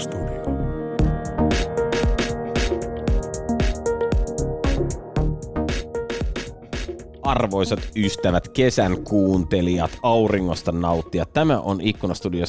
Studio. Arvoisat ystävät, kesän kuuntelijat, auringosta nauttijat, tämä on Ikkunastudio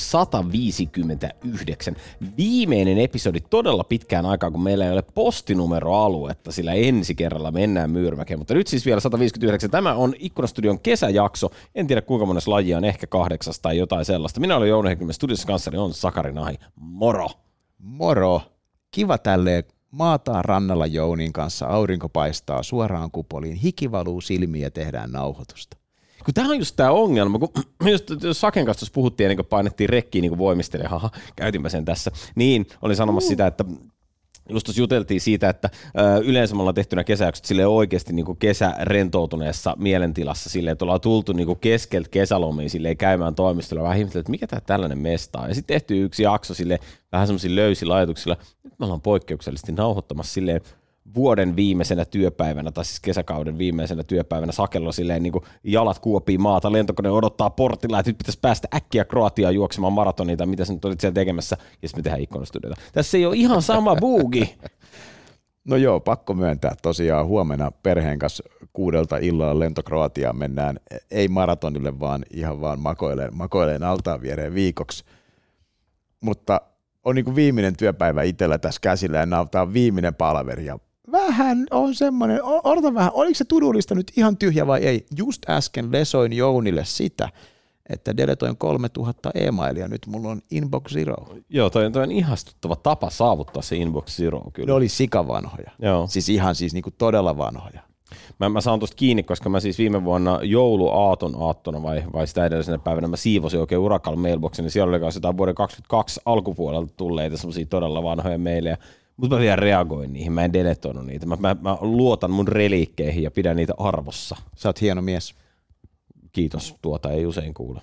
159. Viimeinen episodi todella pitkään aikaa, kun meillä ei ole postinumeroaluetta, sillä ensi kerralla mennään Myyrmäkeen. Mutta nyt siis vielä 159. Tämä on Ikkunastudion kesäjakso. En tiedä kuinka monessa lajia on, ehkä 8 tai jotain sellaista. Minä olen Jouni Heikkinen, studiossa kanssani on Sakari Nahi. Moro! Moro! Kiva tälleen. Maataan rannalla Jounin kanssa, aurinko paistaa suoraan kupoliin, hiki valuu silmiin ja tehdään nauhoitusta. Kun tämä on just tämä ongelma, kun just Saken kanssa puhuttiin ennen kuin painettiin rekkiin niin voimistelemaan, käytinpä sen tässä, niin olin sanomassa sitä, että just tuossa juteltiin siitä, että yleensä me ollaan tehtynä kesäjaksot silleen oikeasti niin kesärentoutuneessa mielentilassa silleen, että ollaan tultu niin keskeltä kesälomiin silleen käymään toimistolla vähän ihmetellä, että mikä tämä tällainen mesta on. Ja sitten tehty yksi jakso silleen vähän semmoisilla löysillä ajatuksilla, nyt me ollaan poikkeuksellisesti nauhoittamassa silleen vuoden viimeisenä työpäivänä, tai siis kesäkauden viimeisenä työpäivänä Sakella silleen niin kuin jalat kuopii maata, lentokone odottaa portilla, että nyt pitäisi päästä äkkiä Kroatiaan juoksemaan maratonia, tai mitä sä nyt olit siellä tekemässä, ja sitten me tehdään Ikkunastudiota. Tässä ei ole ihan sama buugi. No joo, pakko myöntää. Tosiaan huomenna perheen kanssa 6 illalla lento Kroatiaan mennään, ei maratonille, vaan ihan vaan makoileen altaan viereen viikoksi. Mutta on niin kuin viimeinen työpäivä itsellä tässä käsillä ja nautaa viimeinen palaveri ja vähän on semmoinen, odota vähän, oliko se to-do-lista nyt ihan tyhjä vai ei? Just äsken lesoin Jounille sitä, että deletoin 3000 e-mailia, nyt mulla on Inbox Zero. Joo, toi on ihastuttava tapa saavuttaa se Inbox Zero kyllä. Ne oli sikavanhoja, joo. Siis ihan siis niinku todella vanhoja. Mä saan tuosta kiinni, koska mä siis viime vuonna jouluaattona vai sitä edellisenä päivänä mä siivosin oikein urakalla mailboxin, niin siellä oli myös jotain vuoden 2022 alkupuolelta tulleita semmosia todella vanhoja mailejä, mutta mä vielä reagoin niihin, mä en deletoinut niitä. Mä luotan mun reliikkeihin ja pidän niitä arvossa. Sä oot hieno mies. Kiitos, tuota ei usein kuule.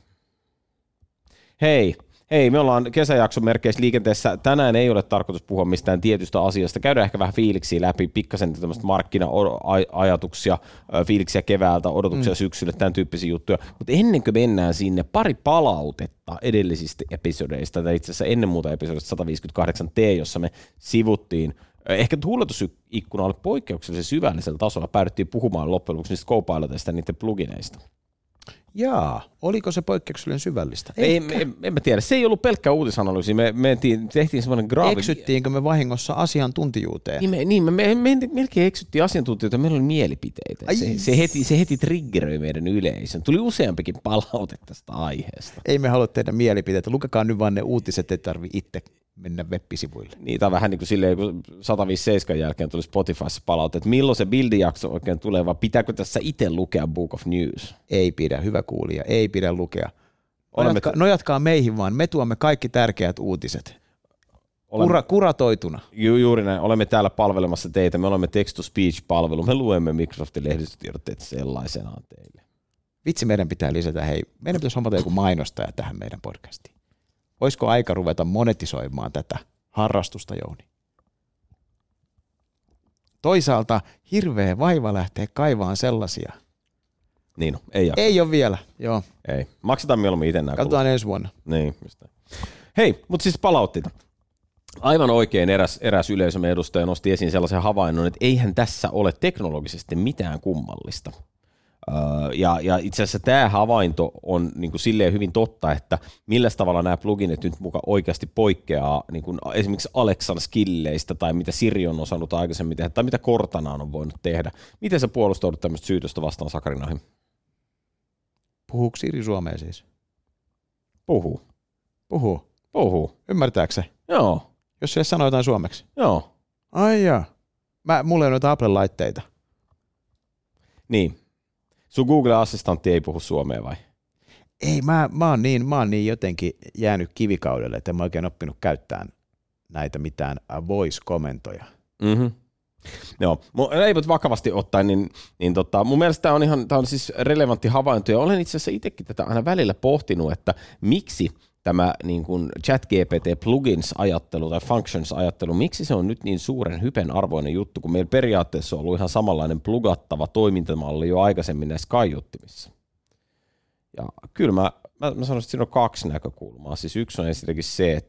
Hei, me ollaan kesäjakson merkeissä liikenteessä. Tänään ei ole tarkoitus puhua mistään tietystä asiasta. Käydään ehkä vähän fiiliksiä läpi, pikkasen tämmöistä markkina-ajatuksia, fiiliksiä keväältä, odotuksia syksylle, tämän tyyppisiä juttuja. Mutta ennen kuin mennään sinne, pari palautetta edellisistä episodeista, tai itse asiassa ennen muuta episodista 158T, jossa me sivuttiin. Ehkä tuuletusikkuna oli poikkeuksellisen syvällisellä tasolla. Päädyttiin puhumaan loppujen lopuksi niistä Copilotista ja niiden plugineista. Jaa, oliko se poikkeuksellisen syvällistä? En mä tiedä. Se ei ollut pelkkä uutisanalyysi. Me tehtiin semmoinen graafi. Eksyttiinkö me vahingossa asiantuntijuuteen? Me melkein eksyttiin asiantuntijoita, meillä oli mielipiteitä. Se heti triggeröi meidän yleisön. Tuli useampikin palaute tästä aiheesta. Ei me halua tehdä mielipiteitä. Lukekaa nyt vaan ne uutiset, ei tarvitse itse mennä web-sivuille. Niitä on vähän niin kuin silleen, kun 157 jälkeen tuli Spotifyssa palaute, että milloin se bildijakso oikein tulee, vai pitääkö tässä itse lukea Book of News? Ei pidä, hyvä kuulija, ei pidä lukea. Nojatkaa meihin vaan, me tuomme kaikki tärkeät uutiset. Kuratoituna. Juuri näin, olemme täällä palvelemassa teitä, me olemme text-to-speech-palvelu, me luemme Microsoftin lehdistötiedotteet sellaisenaan teille. Vitsi, meidän pitää lisätä, meidän pitäisi hommata joku mainostaja tähän meidän podcastiin. Olisiko aika ruveta monetisoimaan tätä harrastusta, Jouni? Toisaalta hirveä vaiva lähtee kaivaan sellaisia. Niin on, ei jaksa. Ei ole vielä, joo. Ei, maksetaan mieluummin itse nämä. Katsotaan ensi vuonna. Niin, just näin. Hei, mutta siis palautteita. Aivan oikein eräs yleisömme edustaja nosti esiin sellaisen havainnon, että eihän tässä ole teknologisesti mitään kummallista. Ja itse asiassa tämä havainto on niin kuin silleen hyvin totta, että millä tavalla nämä pluginit nyt muka oikeasti poikkeaa niin kuin esimerkiksi Alexan skilleistä tai mitä Siri on osannut aikaisemmin tehdä tai mitä Cortanaan on voinut tehdä. Miten sä puolustaudut tämmöistä syytöstä vastaan, Sakari Nahi? Puhuuko Siri suomea siis? Puhuu. Ymmärtääkö se? Joo. Jos se sanoo jotain suomeksi? Joo. Ai jaa. Mulla ei ole noita Apple-laitteita. Niin. Sun Google-assistantti ei puhu suomea vai? Ei, mä oon niin jotenkin jäänyt kivikaudelle, että en mä oikein oppinut käyttämään näitä mitään voice-komentoja. Mhm. Joo, ei mutta vakavasti ottaen, niin mun mielestä tämä on siis relevantti havainto, ja olen itse asiassa itsekin tätä aina välillä pohtinut, että miksi tämä niin kuin ChatGPT plugins-ajattelu tai functions-ajattelu, miksi se on nyt niin suuren hypen arvoinen juttu, kun meillä periaatteessa on ollut ihan samanlainen plugattava toimintamalli jo aikaisemmin näissä kaiuttimissa. Ja kyllä mä sanoisin, että siinä on 2 näkökulmaa. Siis yksi on ensinnäkin se, että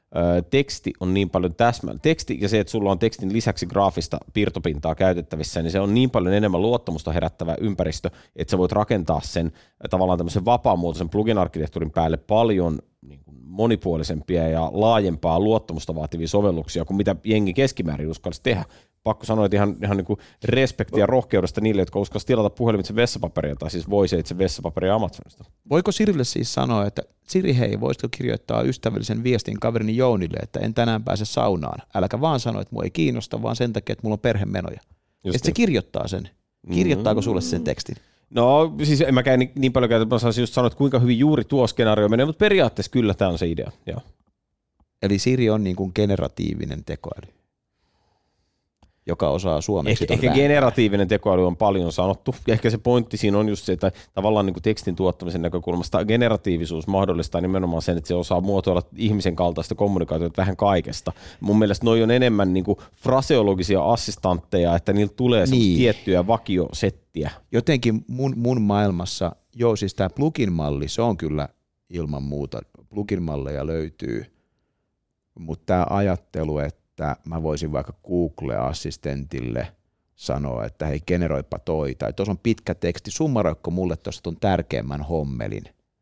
teksti on niin paljon teksti ja se, että sulla on tekstin lisäksi graafista piirtopintaa käytettävissä, niin se on niin paljon enemmän luottamusta herättävä ympäristö, että sä voit rakentaa sen tavallaan tämmöisen vapaamuotoisen plugin-arkkitehtuurin päälle paljon niin kuin monipuolisempia ja laajempaa luottamusta vaativia sovelluksia kuin mitä jengi keskimäärin uskalsi tehdä. Pakko sanoa, että ihan niin kuin respektiä rohkeudesta niille, jotka uskalsi tilata puhelimitse vessapaperia tai siis voiseitse vessapaperia Amazonista. Voiko Sirille siis sanoa, että Siri hei, voisitko kirjoittaa ystävällisen viestin kaverini Jounille, että en tänään pääse saunaan. Äläkä vaan sano, että mua ei kiinnosta, vaan sen takia, että mulla on perhemenoja. Ja sitten se kirjoittaa sen. Kirjoittaako sulle sen tekstin? No siis en mäkään niin paljon käytä, mä saisin just sanoa, että kuinka hyvin juuri tuo skenaario menee, mutta periaatteessa kyllä tämä on se idea. Joo. Eli Siri on niin kuin generatiivinen tekoäly, joka osaa suomeksi. Ehkä generatiivinen tekoäly on paljon sanottu. Ja ehkä se pointti siinä on just se, että tavallaan niin kuin tekstin tuottamisen näkökulmasta generatiivisuus mahdollistaa nimenomaan sen, että se osaa muotoilla ihmisen kaltaista kommunikaatiota vähän kaikesta. Mun mielestä noi on enemmän niin kuin fraseologisia assistantteja, että niiltä tulee niin tiettyjä vakiosettiä. Jotenkin mun maailmassa, joo siis tämä plugin-malli, se on kyllä ilman muuta, plugin-malleja löytyy, mutta tämä ajattelu, että mä voisin vaikka Google-assistentille sanoa, että hei, generoipa toi, tai tuossa on pitkä teksti, summaroikko mulle tuosta ton tärkeimmän hommelin,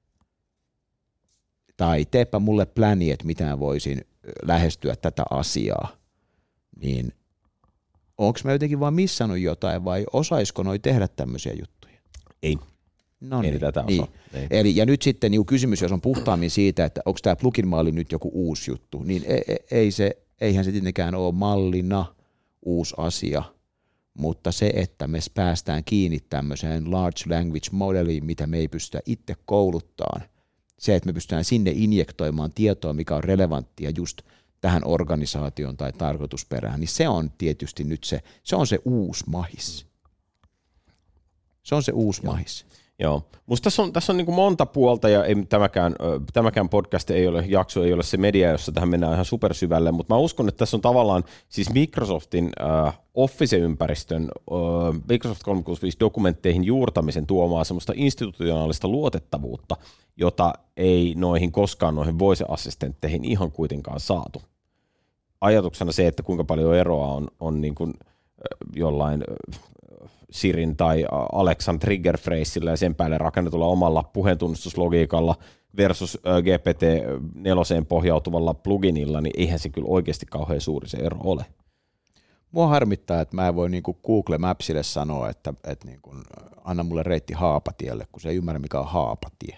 tai teepä mulle pläni, että miten voisin lähestyä tätä asiaa, niin onko mä jotenkin vaan missannut jotain, vai osaisiko noi tehdä tämmöisiä juttuja? Ei. No niin, niin. Eli, ja nyt sitten niin kysymys, jos on puhtaammin siitä, että onko tämä plugin-malli nyt joku uusi juttu, niin eihän se tietenkään ole mallina uusi asia, mutta se, että me päästään kiinni tämmöiseen large language modeliin, mitä me ei pystytä itse kouluttamaan, se, että me pystytään sinne injektoimaan tietoa, mikä on relevanttia just tähän organisaation tai tarkoitusperään, niin se on tietysti nyt se on se uusi mahis. Se on se uusi mahis. Joo. Musta tässä on niin kuin monta puolta, ja ei, tämäkään podcast ei ole se media, jossa tähän mennään ihan supersyvälle, mutta mä uskon, että tässä on tavallaan siis Microsoftin Office-ympäristön Microsoft 365-dokumentteihin juurtamisen tuomaa semmoista institutionaalista luotettavuutta, jota ei noihin voice-assistentteihin ihan kuitenkaan saatu. Ajatuksena se, että kuinka paljon eroa on niin kuin jollain Sirin tai Alexan trigger-phrasella ja sen päälle rakennetulla omalla puheentunnistuslogiikalla versus GPT-4 pohjautuvalla pluginilla, niin eihän se kyllä oikeasti kauhean suuri se ero ole. Mua harmittaa, että mä en voi niinku Google Mapsille sanoa, että niinku, anna mulle reitti Haapatielle, kun se ei ymmärrä, mikä on Haapatie.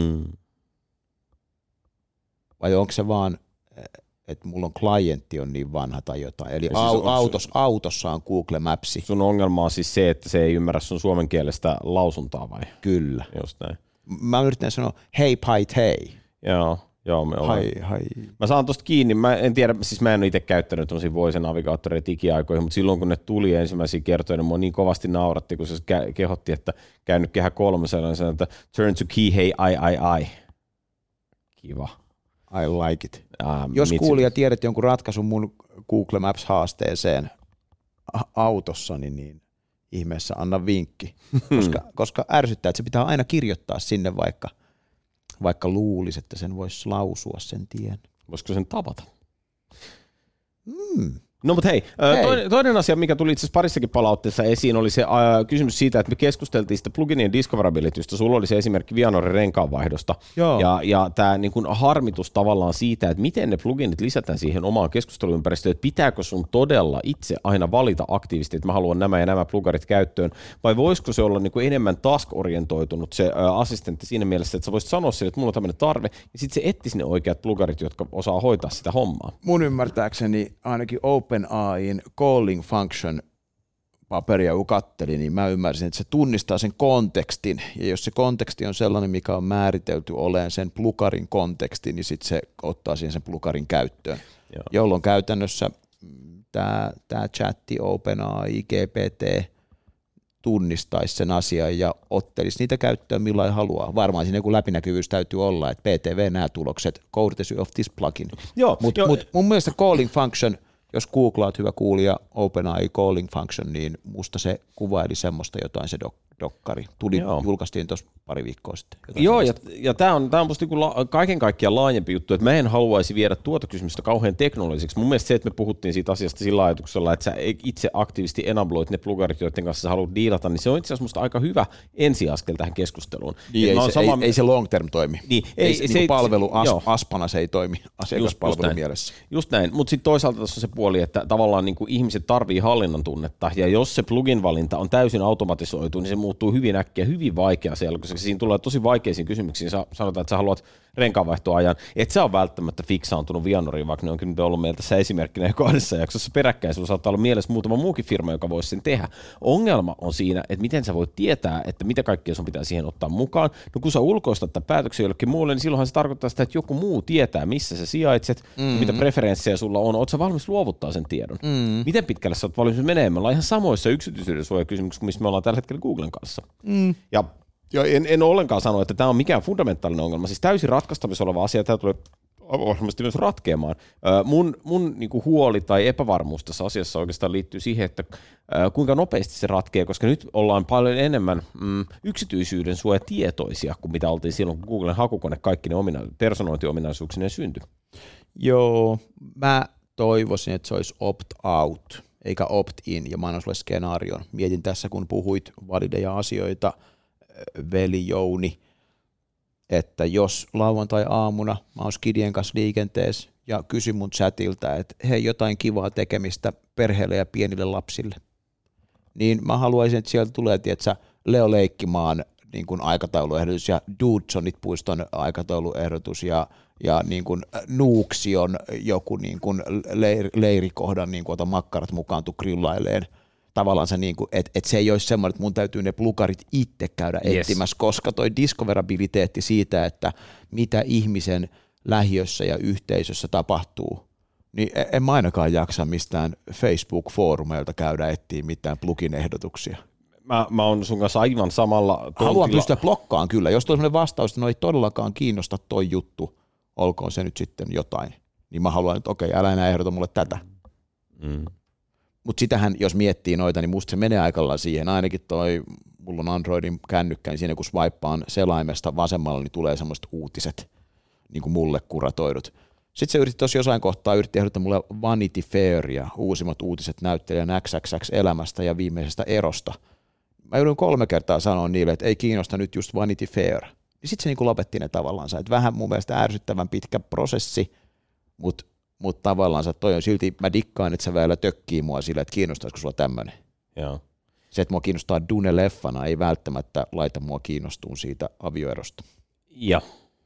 Vai onko se vaan, että mulla on klientti on niin vanha tai jotain, eli siis autossa on Google Mapsi. Sun ongelma on siis se, että se ei ymmärrä sun suomenkielistä lausuntaa vai? Kyllä. Just näin. Mä yritän sanoa hei pait hei. Joo, me ollaan. Hai. Mä saan tosta kiinni, mä en tiedä, siis mä en ole itse käyttänyt tämmöisiä voice-navigaattoreita ikiaikoihin, mutta silloin kun ne tuli ensimmäisiä kertoja, niin mua niin kovasti nauratti, kun se kehotti, että käynyt Kehä 3 sellainen, että turn to key, hei, ai. Kiva. I like it. Jos kuulija tiedät jonkun ratkaisun mun Google Maps-haasteeseen autossani, niin ihmeessä anna vinkki, koska ärsyttää, että se pitää aina kirjoittaa sinne, vaikka luulisi, että sen voisi lausua sen tien. Voisiko sen tavata? No mutta hei. Toinen asia, mikä tuli itse asiassa parissakin palautteessa esiin, oli se kysymys siitä, että me keskusteltiin sitä pluginien discoverabilitystä. Sulla oli se esimerkki Vianoren renkaanvaihdosta. Ja tämä niin kuin harmitus tavallaan siitä, että miten ne pluginit lisätään siihen omaan keskusteluympäristöön, että pitääkö sun todella itse aina valita aktiivisesti, että mä haluan nämä ja nämä plugarit käyttöön, vai voisiko se olla niin kuin enemmän task-orientoitunut se assistentti siinä mielessä, että sä voisit sanoa sille, että mulla on tämmöinen tarve, ja sitten se etsisi ne oikeat plugarit, jotka osaa hoitaa sitä hommaa. Mun ymmärtääkseni ainakin OpenAI:n calling function paperia kun kattelin, niin mä ymmärsin, että se tunnistaa sen kontekstin, ja jos se konteksti on sellainen, mikä on määritelty oleen sen plugarin konteksti, niin sitten se ottaa siihen sen plugarin käyttöön, jolloin käytännössä tämä chatti, OpenAI, GPT tunnistaisi sen asian ja ottelisi niitä käyttöön millain haluaa. Varmaan siinä joku läpinäkyvyys täytyy olla, että PTV nämä tulokset, courtesy of this plugin. Mutta mun mielestä calling function, jos googlaat hyvä kuulija OpenAI calling function, niin musta se kuvaili semmoista jotain se dokkari. Julkaistiin tuossa pari viikkoa sitten. Joo, ja tämä on musta kaiken kaikkiaan laajempi juttu, että mä en haluaisi viedä tuota kysymystä kauhean teknologiseksi. Mun mielestä se, että me puhuttiin siitä asiasta sillä ajatuksella, että sä itse aktiivisesti enabloit ne plugarit, joiden kanssa sä haluat diilata, niin se on itse asiassa musta aika hyvä ensiaskel tähän keskusteluun. Niin, ei se long term toimi. Niin, ei palvelu aspana se ei toimi asiakaspalvelun mielessä. Just näin, mutta sitten toisaalta tässä on se puoli, että tavallaan niin kuin ihmiset tarvii hallinnan tunnetta, ja jos se plugin valinta on täysin automatisoitu, niin se muuttuu hyvin äkkiä, hyvin vaikea selkoiseksi. Siinä tulee tosi vaikeisiin kysymyksiin. Sanotaan, että sä haluat renkaanvaihtoajan, et sä on välttämättä fiksaantunut Vianoriin, vaikka ne on kyllä ollut meillä tässä esimerkkinä jo 2 jaksossa peräkkäin. Sulla saattaa olla mielessä muutama muukin firma, joka voisi sen tehdä. Ongelma on siinä, että miten sä voit tietää, että mitä kaikkea sun pitää siihen ottaa mukaan. No kun sä ulkoistat tämän päätöksen jollekin muulle, niin silloinhan se tarkoittaa sitä, että joku muu tietää, missä sä sijaitset, mitä preferenssejä sulla on. Oot sä valmis luovuttaa sen tiedon? Miten pitkälle sä oot valmis menemään? Me ollaan ihan samoissa yksityisyyden suojakysymyksissä kuin missä me ollaan tällä hetkellä Googlen kanssa. Ja en ollenkaan sano, että tämä on mikään fundamentaalinen ongelma. Siis täysin ratkaistavissa oleva asia, tämä tulee varmasti myös ratkeamaan. Mun niinku huoli tai epävarmuus tässä asiassa oikeastaan liittyy siihen, että kuinka nopeasti se ratkeaa, koska nyt ollaan paljon enemmän yksityisyyden suojatietoisia kuin mitä oltiin silloin, kun Googlen hakukone kaikki ne personointiominaisuuksineen syntyi. Joo, mä toivoisin, että se olisi opt-out eikä opt-in, ja mä annan sulle skenaarion. Mietin tässä, kun puhuit valideja asioita, veli Jouni, että jos lauantai-aamuna mä oon Skidien kanssa liikenteessä ja kysyn mun chatilta, että hei, jotain kivaa tekemistä perheelle ja pienille lapsille, niin mä haluaisin, että sieltä tulee, tietsä, Leo Leikkimaan niin kuin aikatauluehdotus ja Dudesonit puiston aikatauluehdotus ja niin kuin Nuuksion joku niin kuin leirikohdan, niin kuin ota makkarat mukaan, tuu grillaileen. Tavallaan se, niin että se ei olisi semmoinen, että mun täytyy ne plugarit itse käydä etsimässä, koska toi discoverabiliteetti siitä, että mitä ihmisen lähiössä ja yhteisössä tapahtuu, niin en mä ainakaan jaksa mistään Facebook-foorumeilta käydä etsiä mitään plugin-ehdotuksia. Mä oon sun kanssa aivan samalla tontilla. Haluan pystyä blokkaamaan kyllä. Jos tulee sellainen vastaus, että no ei todellakaan kiinnosta toi juttu, olkoon se nyt sitten jotain, niin mä haluan, että okei, älä enää ehdota mulle tätä. Mutta sitähän, jos miettii noita, niin musta se menee aikalla siihen. Ainakin mulla on Androidin kännykkä, niin siinä kun swipaan selaimesta vasemmalla, niin tulee semmoiset uutiset, niin kuin mulle kuratoidut. Sitten se yritti tuossa jossain kohtaa ehdottaa mulle Vanity Fairia, uusimmat uutiset näyttelijän XXX-elämästä ja viimeisestä erosta. Mä joudun 3 kertaa sanoa niille, että ei kiinnosta nyt just Vanity Fair. Niin sitten se niin kuin lopetti ne tavallaan. Että vähän mun mielestä ärsyttävän pitkä prosessi, mutta tavallaan toi on silti, mä dikkaan, että sä vielä tökkii mua sillä, että kiinnostaisiko sulla tämmöinen. Joo. Se, että mua kiinnostaa Dune-leffana, ei välttämättä laita mua kiinnostuun siitä avioerosta. Joo,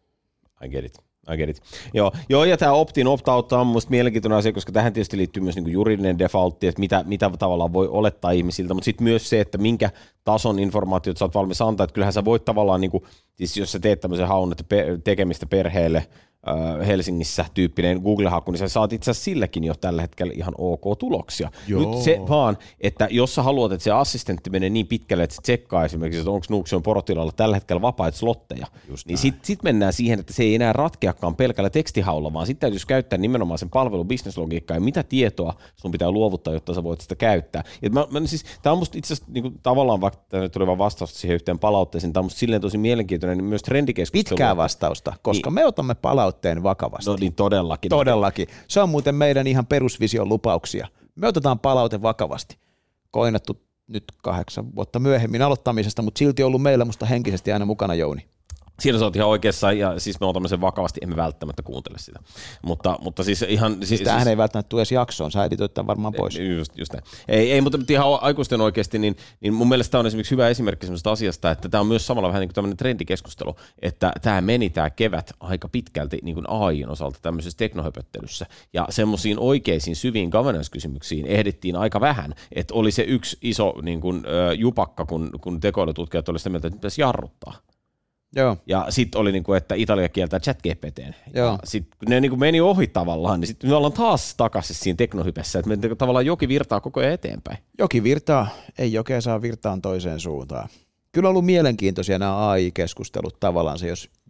I get it. Joo, ja tämä opt-in, opt-out on musta mielenkiintoinen asia, koska tähän tietysti liittyy myös niinku juridinen defaultti, että mitä tavallaan voi olettaa ihmisiltä, mutta sitten myös se, että minkä tason informaatiot sä oot valmis antaa, että kyllähän sä voit tavallaan, niinku, siis jos sä teet tämmöisen haun tekemistä perheelle, Helsingissä tyyppinen Google-haku, niin sä saat itse asiassa silläkin jo tällä hetkellä ihan ok tuloksia. Joo. Nyt se vaan, että jos sä haluat, että se assistentti menee niin pitkälle, että se tsekkaa esimerkiksi, että onko Nuuksion porotilalla tällä hetkellä vapaita slotteja, niin sit mennään siihen, että se ei enää ratkeakaan pelkällä tekstihaulla, vaan sitten täytyisi käyttää nimenomaan sen palvelun business-logiikkaa ja mitä tietoa sun pitää luovuttaa, jotta sä voit sitä käyttää. Siis, tämä on musta itse asiassa niin tavallaan, vaikka tämä tuli vaan vastausta siihen yhteen palautteeseen, tämä on musta silleen tosi mielenkiintoinen, niin myös trendikeskustelu. Pitkää vastausta, koska me otamme palautteen vakavasti. No niin, todellakin. Todellakin. Se on muuten meidän ihan perusvision lupauksia. Me otetaan palaute vakavasti. Koinattu nyt 8 vuotta myöhemmin aloittamisesta, mutta silti ollut meillä musta henkisesti aina mukana, Jouni. Siinä sä oot ihan oikeassa, ja siis me otamme sen vakavasti, emme välttämättä kuuntele sitä. Mutta siis ihan... Siis tämähän ei välttämättä tule edes jaksoon, sä editoit tämän varmaan pois. Just näin. Ei, mutta ihan aikuisten oikeasti, niin mun mielestä tämä on esimerkiksi hyvä esimerkki sellaisesta asiasta, että tämä on myös samalla vähän niin kuin tämmöinen trendikeskustelu, että tämä kevät aika pitkälti niin kuin AI:n osalta tämmöisessä teknohöpöttelyssä, ja semmoisiin oikeisiin syviin governance-kysymyksiin ehdittiin aika vähän, että oli se yksi iso niin kuin, jupakka, kun tekoälytutkijat oli sitä mieltä, että nyt pitäisi jarruttaa. Joo. Ja sitten oli, niinku, että Italia kieltää ChatGPT:n. Ja sitten kun ne niinku meni ohi tavallaan, niin sitten me ollaan taas takaisin siinä teknohypessä, että me tavallaan joki virtaa koko ajan eteenpäin. Joki virtaa, ei jokea saa virtaan toiseen suuntaan. Kyllä on ollut mielenkiintoisia nämä AI-keskustelut tavallaan,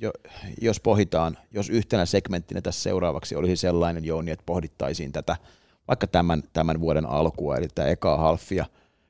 jos pohditaan, jos yhtenä segmenttinä tässä seuraavaksi olisi sellainen, Jouni, että pohdittaisiin tätä vaikka tämän vuoden alkua, eli tämä ekaa halfia,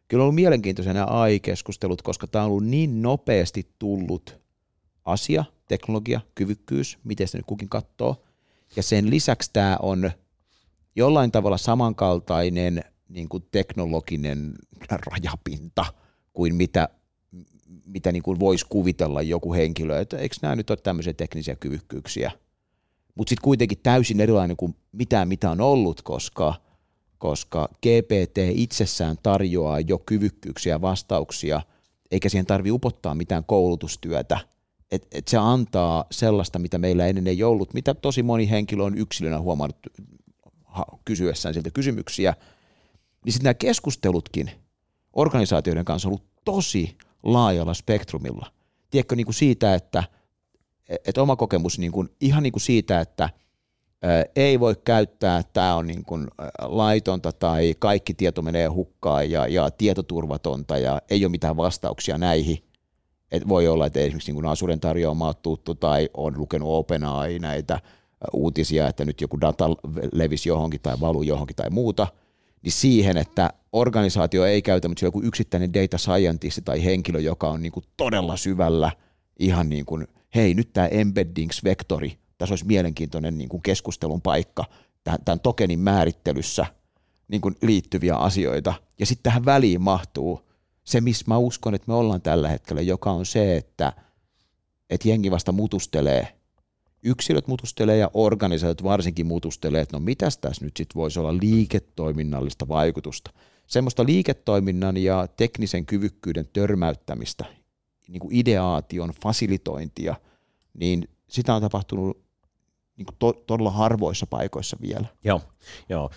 kyllä on ollut mielenkiintoisia nämä AI-keskustelut, koska tämä on ollut niin nopeasti tullut asia, teknologia, kyvykkyys, miten se nyt kukin katsoo. Ja sen lisäksi tämä on jollain tavalla samankaltainen niin kuin teknologinen rajapinta kuin mitä niin kuin voisi kuvitella joku henkilö, että eikö nämä nyt ole tämmöisiä teknisiä kyvykkyyksiä. Mutta sitten kuitenkin täysin erilainen kuin mitä on ollut, koska GPT itsessään tarjoaa jo kyvykkyyksiä ja vastauksia, eikä siihen tarvitse upottaa mitään koulutustyötä. Et se antaa sellaista, mitä meillä ennen ei ollut, mitä tosi moni henkilö on yksilönä huomannut kysyessään siltä kysymyksiä. Niin sitten nämä keskustelutkin organisaatioiden kanssa on ollut tosi laajalla spektrumilla. Tiedätkö niin kuin siitä, että oma kokemus niin kuin, ihan niin kuin siitä, että ei voi käyttää, tämä on niin kuin laitonta tai kaikki tieto menee hukkaan ja tietoturvatonta ja ei ole mitään vastauksia näihin. Et voi olla, että esimerkiksi niin Azuren tarjoamaa tuttu tai on lukenut OpenAI näitä uutisia, että nyt joku data levisi johonkin tai valuu johonkin tai muuta, niin siihen, että organisaatio ei käytä, mutta se on joku yksittäinen data scientist tai henkilö, joka on niin kuin todella syvällä ihan niin kuin, hei nyt tämä embeddings-vektori, tässä olisi mielenkiintoinen niin kuin keskustelun paikka tämän tokenin määrittelyssä niin kuin liittyviä asioita. Ja sitten tähän väliin mahtuu se, missä mä uskon, että me ollaan tällä hetkellä, joka on se, että jengi vasta mutustelee, yksilöt mutustelee ja organisaatiot varsinkin mutustelee, että no mitäs tässä nyt sitten voisi olla liiketoiminnallista vaikutusta. Semmoista liiketoiminnan ja teknisen kyvykkyyden törmäyttämistä, niin kuin ideaation fasilitointia, niin sitä on tapahtunut niin kuin todella harvoissa paikoissa vielä. Joo.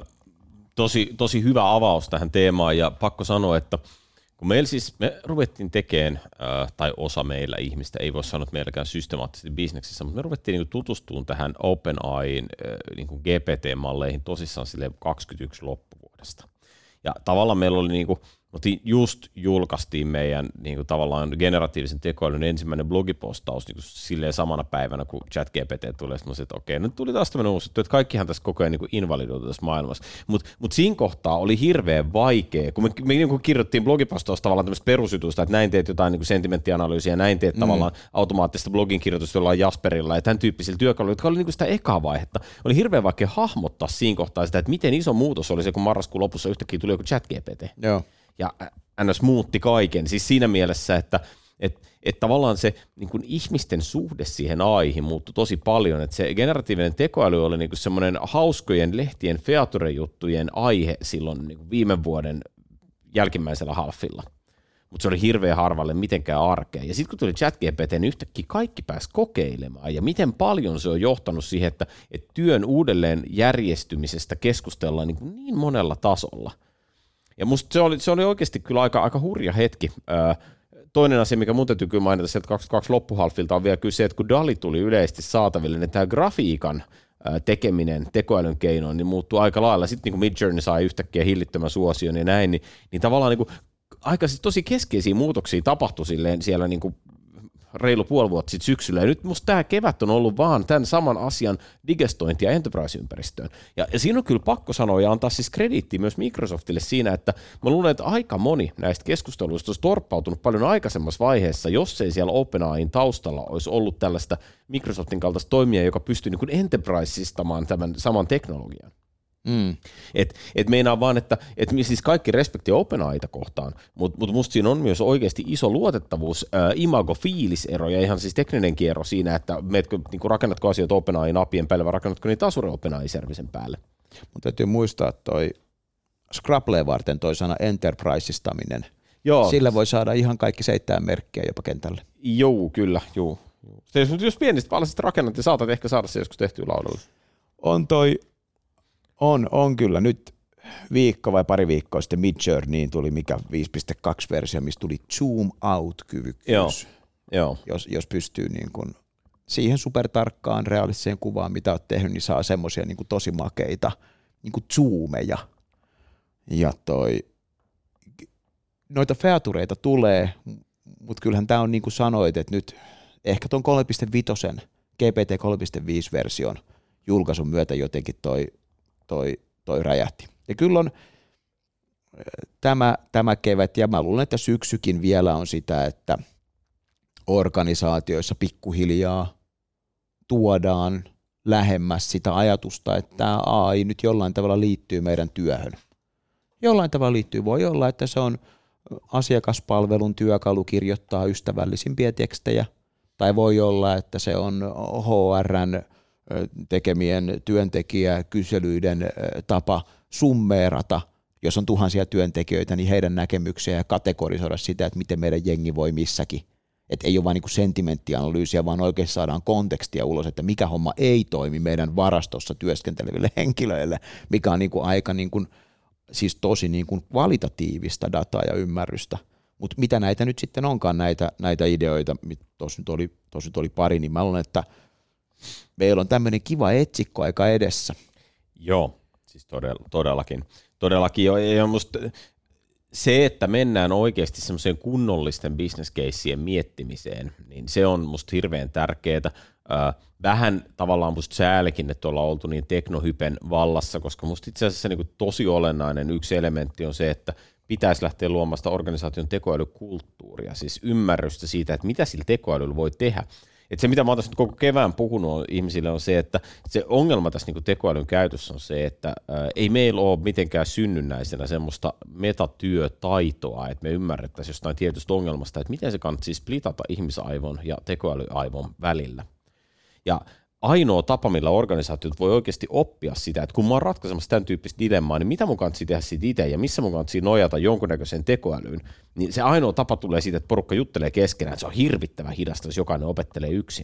Tosi hyvä avaus tähän teemaan ja pakko sanoa, että kun me ruvettiin tekemään, tai osa meillä ihmistä, ei voi sanoa, että meilläkään systemaattisesti bisneksissä, mutta me ruvettiin niin tutustumaan tähän OpenAIin niin GPT-malleihin tosissaan silleen 21 loppuvuodesta. Ja tavallaan meillä oli just julkaistiin meidän tavallaan generatiivisen tekoälyn ensimmäinen blogipostaus silleen samana päivänä, kun ChatGPT tuli, että okei, nyt tuli taas tämmöinen uusi, että kaikkihan tässä koko ajan invalidoitu tässä maailmassa, mutta siinä kohtaa oli hirveän vaikea, kun me kirjoittiin blogipostaus tavallaan tämmöistä perusjutuista, että näin teet jotain sentimenttianalyysiä, näin teet tavallaan automaattista blogin kirjoitusta jollain Jasperilla ja tämän tyyppisillä työkaluilla, jotka oli sitä ekaa vaihetta. Oli hirveän vaikea hahmottaa siinä kohtaa sitä, että miten iso muutos oli se, kun marraskuun lopussa yhtäkkiä tuli joku ChatGPT. Joo. Ja NS muutti kaiken, siis siinä mielessä, että tavallaan se niin kuin ihmisten suhde siihen AI:hin muuttui tosi paljon, että se generatiivinen tekoäly oli niin kuin semmoinen hauskojen lehtien feature-juttujen aihe silloin niin kuin viime vuoden jälkimmäisellä halfilla, mutta se oli hirveän harvalle mitenkään arkea. Ja sitten kun tuli ChatGPT, niin yhtäkkiä kaikki pääsi kokeilemaan, ja miten paljon se on johtanut siihen, että työn uudelleen järjestymisestä keskustellaan niin monella tasolla. Ja musta se oli oikeasti kyllä aika hurja hetki. Toinen asia, mikä mun täytyy kyllä mainita sieltä 22 loppuhalfilta, on vielä kyllä se, että kun DALL-E tuli yleisesti saataville, niin tämä grafiikan tekeminen tekoälyn keinoin niin muuttui aika lailla. Sitten niin kuin Midjourney sai yhtäkkiä hillittömän suosion ja näin, niin tavallaan niin kuin aika siis tosi keskeisiä muutoksia tapahtui silleen siellä niin kuin reilu puoli vuotta sitten syksyllä, ja nyt musta tämä kevät on ollut vaan tämän saman asian digestointia enterprise-ympäristöön. Ja siinä on kyllä pakko sanoa ja antaa siis krediittiä myös Microsoftille siinä, että mä luulen, että aika moni näistä keskusteluista olisi torppautunut paljon aikaisemmassa vaiheessa, jos ei siellä OpenAIin taustalla olisi ollut tällaista Microsoftin kaltaista toimijaa, joka pystyy niin kuin enterprise-istamaan tämän saman teknologian. Et meinaa vaan, että siis kaikki respekti OpenAIta kohtaan, mutta musta siinä on myös oikeasti iso luotettavuus, imago-fiilisero ja ihan siis tekninen kierro siinä, että niin rakennatko asioita OpenAIin apien päälle vai rakennatko niitä Azure OpenAI-servicen päälle. Mutta täytyy muistaa, että toi Scrappleen varten toi sana enterprise-istaminen, sillä voi saada ihan kaikki 7 merkkiä jopa kentälle. Joo, kyllä, joo. Jos pienistä palasista rakennat ja saatat ehkä saada se joskus tehtyä laudalle. On kyllä. Nyt viikko vai pari viikkoa sitten Midjourneyin tuli mikä 5.2-versio, missä tuli zoom out-kyvykkyys. Joo. Jos pystyy niin kuin siihen supertarkkaan realistiseen kuvaan, mitä olet tehnyt, niin saa semmoisia niin kuin tosi makeita niin kuin zoomeja. Ja noita featureita tulee, mutta kyllähän tämä on niin kuin sanoit, että nyt ehkä tuon 3.5, GPT 3.5-version julkaisun myötä jotenkin toi räjähti. Ja kyllä on, tämä kevät, ja mä luulen, että syksykin vielä on sitä, että organisaatioissa pikkuhiljaa tuodaan lähemmäs sitä ajatusta, että tämä AI nyt jollain tavalla liittyy meidän työhön. Jollain tavalla liittyy. Voi olla, että se on asiakaspalvelun työkalu kirjoittaa ystävällisimpiä tekstejä, tai voi olla, että se on HR:n tekemien työntekijäkyselyiden tapa summeerata, jos on tuhansia työntekijöitä, niin heidän näkemyksiä ja kategorisoida sitä, että miten meidän jengi voi missäkin. Että ei ole vain niin kuin sentimenttianalyysiä, vaan oikeasti saadaan kontekstia ulos, että mikä homma ei toimi meidän varastossa työskenteleville henkilöille, mikä on niin kuin aika niin kuin, siis tosi niin kuin kvalitatiivista dataa ja ymmärrystä. Mutta mitä näitä nyt sitten onkaan, näitä ideoita, tuossa nyt oli pari, niin mä luulen, että meillä on tämmöinen kiva etsikkoaika edessä. Joo, siis todellakin. Todellakin jo, ja musta se, että mennään oikeasti semmoiseen kunnollisten business caseien miettimiseen, niin se on musta hirveän tärkeää. Vähän tavallaan musta säälikin, että ollaan oltu niin teknohypen vallassa, koska musta itse asiassa niin kuin tosi olennainen yksi elementti on se, että pitäisi lähteä luomaan sitä organisaation tekoälykulttuuria, siis ymmärrystä siitä, että mitä sillä tekoälyllä voi tehdä. Että se, mitä mä oon tässä koko kevään puhunut ihmisille, on se, että se ongelma tässä niin tekoälyn käytössä on se, että ei meillä ole mitenkään synnynnäisenä semmoista metatyötaitoa, että me ymmärrettäisiin jostain tietystä ongelmasta, että miten se kannattaa splitata ihmisaivon ja tekoälyaivon välillä. Ja ainoa tapa, millä organisaatiot voi oikeasti oppia sitä, että kun mä oon ratkaisemassa tämän tyyppistä dilemmaa, niin mitä mun kannattaa tehdä siitä itse ja missä mun kannattaa nojata jonkunnäköiseen tekoälyyn, niin se ainoa tapa tulee siitä, että porukka juttelee keskenään, että se on hirvittävän hidasta, jos jokainen opettelee yksin.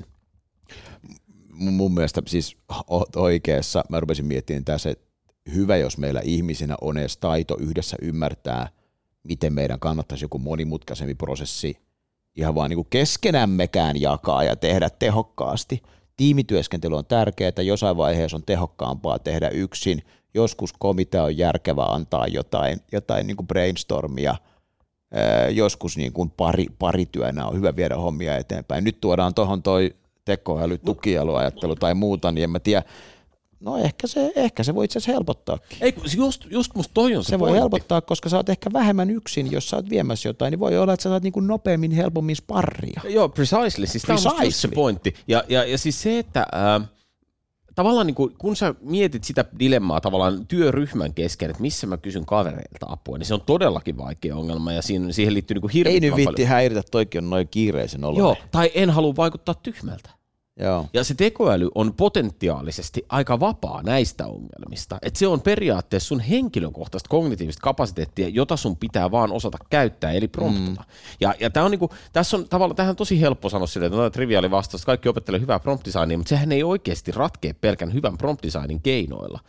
Mun mielestä siis oikeassa, mä rupesin miettimään tässä, että hyvä, jos meillä ihmisinä on edes taito yhdessä ymmärtää, miten meidän kannattaisi joku monimutkaisempi prosessi ihan vaan niin kuin keskenämmekään jakaa ja tehdä tehokkaasti. Tiimityöskentely on tärkeää, että jossain vaiheessa on tehokkaampaa tehdä yksin, joskus komitea on järkevä antaa jotain niin kuin brainstormia, joskus niin kuin parityönä on hyvä viedä hommia eteenpäin. Nyt tuodaan tuohon toi tekoäly, tukialuajattelu tai muuta, niin en mä tiedä. No ehkä se voi itse asiassa helpottaakin. Ei, just musta toi on se voi helpottaa, koska sä oot ehkä vähemmän yksin, jos sä oot viemässä jotain, niin voi olla, että sä saat niin kuin nopeammin, helpommin sparria. Joo, precisely. Siis tämä on just se pointti. Ja siis se, että tavallaan niin kun sä mietit sitä dilemmaa tavallaan työryhmän kesken, että missä mä kysyn kavereilta apua, niin se on todellakin vaikea ongelma ja siihen liittyy niin hirveän paljon. Ei nyt viitti häiritä, toikin on noin kiireisen oloinen. Joo, tai en halua vaikuttaa tyhmältä. Joo. Ja se tekoäly on potentiaalisesti aika vapaa näistä ongelmista. Että se on periaatteessa sun henkilökohtaista kognitiivista kapasiteettia, jota sun pitää vaan osata käyttää, eli promptata. Ja tää on niinku, tässä on tavallaan, tähän on tosi helppo sanoa silleen, että triviaali vastaus, kaikki opettelee hyvää prompt designia, mutta sehän ei oikeasti ratkea pelkän hyvän prompt designin keinoilla.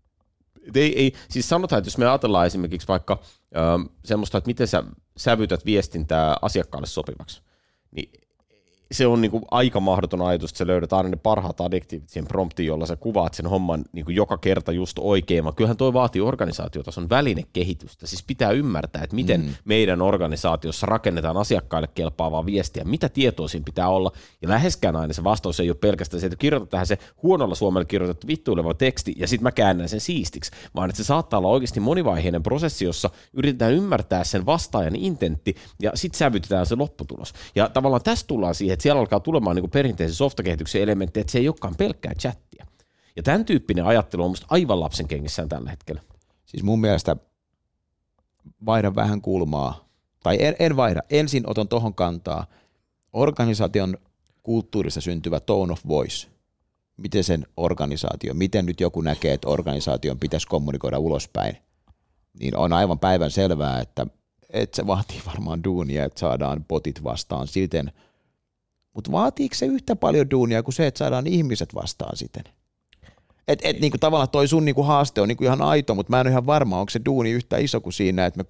Siis sanotaan, että jos me ajatellaan esimerkiksi vaikka semmoista, että miten sä sävytät viestintää asiakkaalle sopivaksi, niin se on niinku aika mahdoton ajatus, että sä löydät aina ne parhaat adjektiivit siihen promptiin, jolla sä kuvaat sen homman niinku joka kerta just oikein, vaan kyllähän toi vaatii organisaatiotason välinekehitystä. Siis pitää ymmärtää, että miten meidän organisaatiossa rakennetaan asiakkaille kelpaavaa viestiä, mitä tietoa siinä pitää olla, ja läheskään aina se vastaus ei ole pelkästään se, että kirjoita tähän se huonolla suomella kirjoitettu vittuileva teksti, ja sitten mä käännän sen siistiksi, vaan että se saattaa olla oikeasti monivaiheinen prosessi, jossa yritetään ymmärtää sen vastaajan intentti, ja sitten sävytetään se lopputulos. Ja tavallaan tästä tullaan siihen, että siellä alkaa tulemaan niin kuin perinteisen softakehityksen elementtejä, että se ei olekaan pelkkää chattia. Ja tämän tyyppinen ajattelu on musta aivan lapsen kengissään tällä hetkellä. Siis mun mielestä vaihdan vähän kulmaa, tai en vaihda, ensin otan tohon kantaa, organisaation kulttuurissa syntyvä tone of voice, miten sen organisaatio, miten nyt joku näkee, että organisaation pitäisi kommunikoida ulospäin, niin on aivan päivän selvää, että se vaatii varmaan duunia, että saadaan botit vastaan siten. Mutta vaatiiko se yhtä paljon duunia kuin se, että saadaan ihmiset vastaan siten? Niinku tavallaan toi sun niinku haaste on niinku ihan aito, mutta mä en ole ihan varma, onko se duuni yhtä iso kuin siinä, että me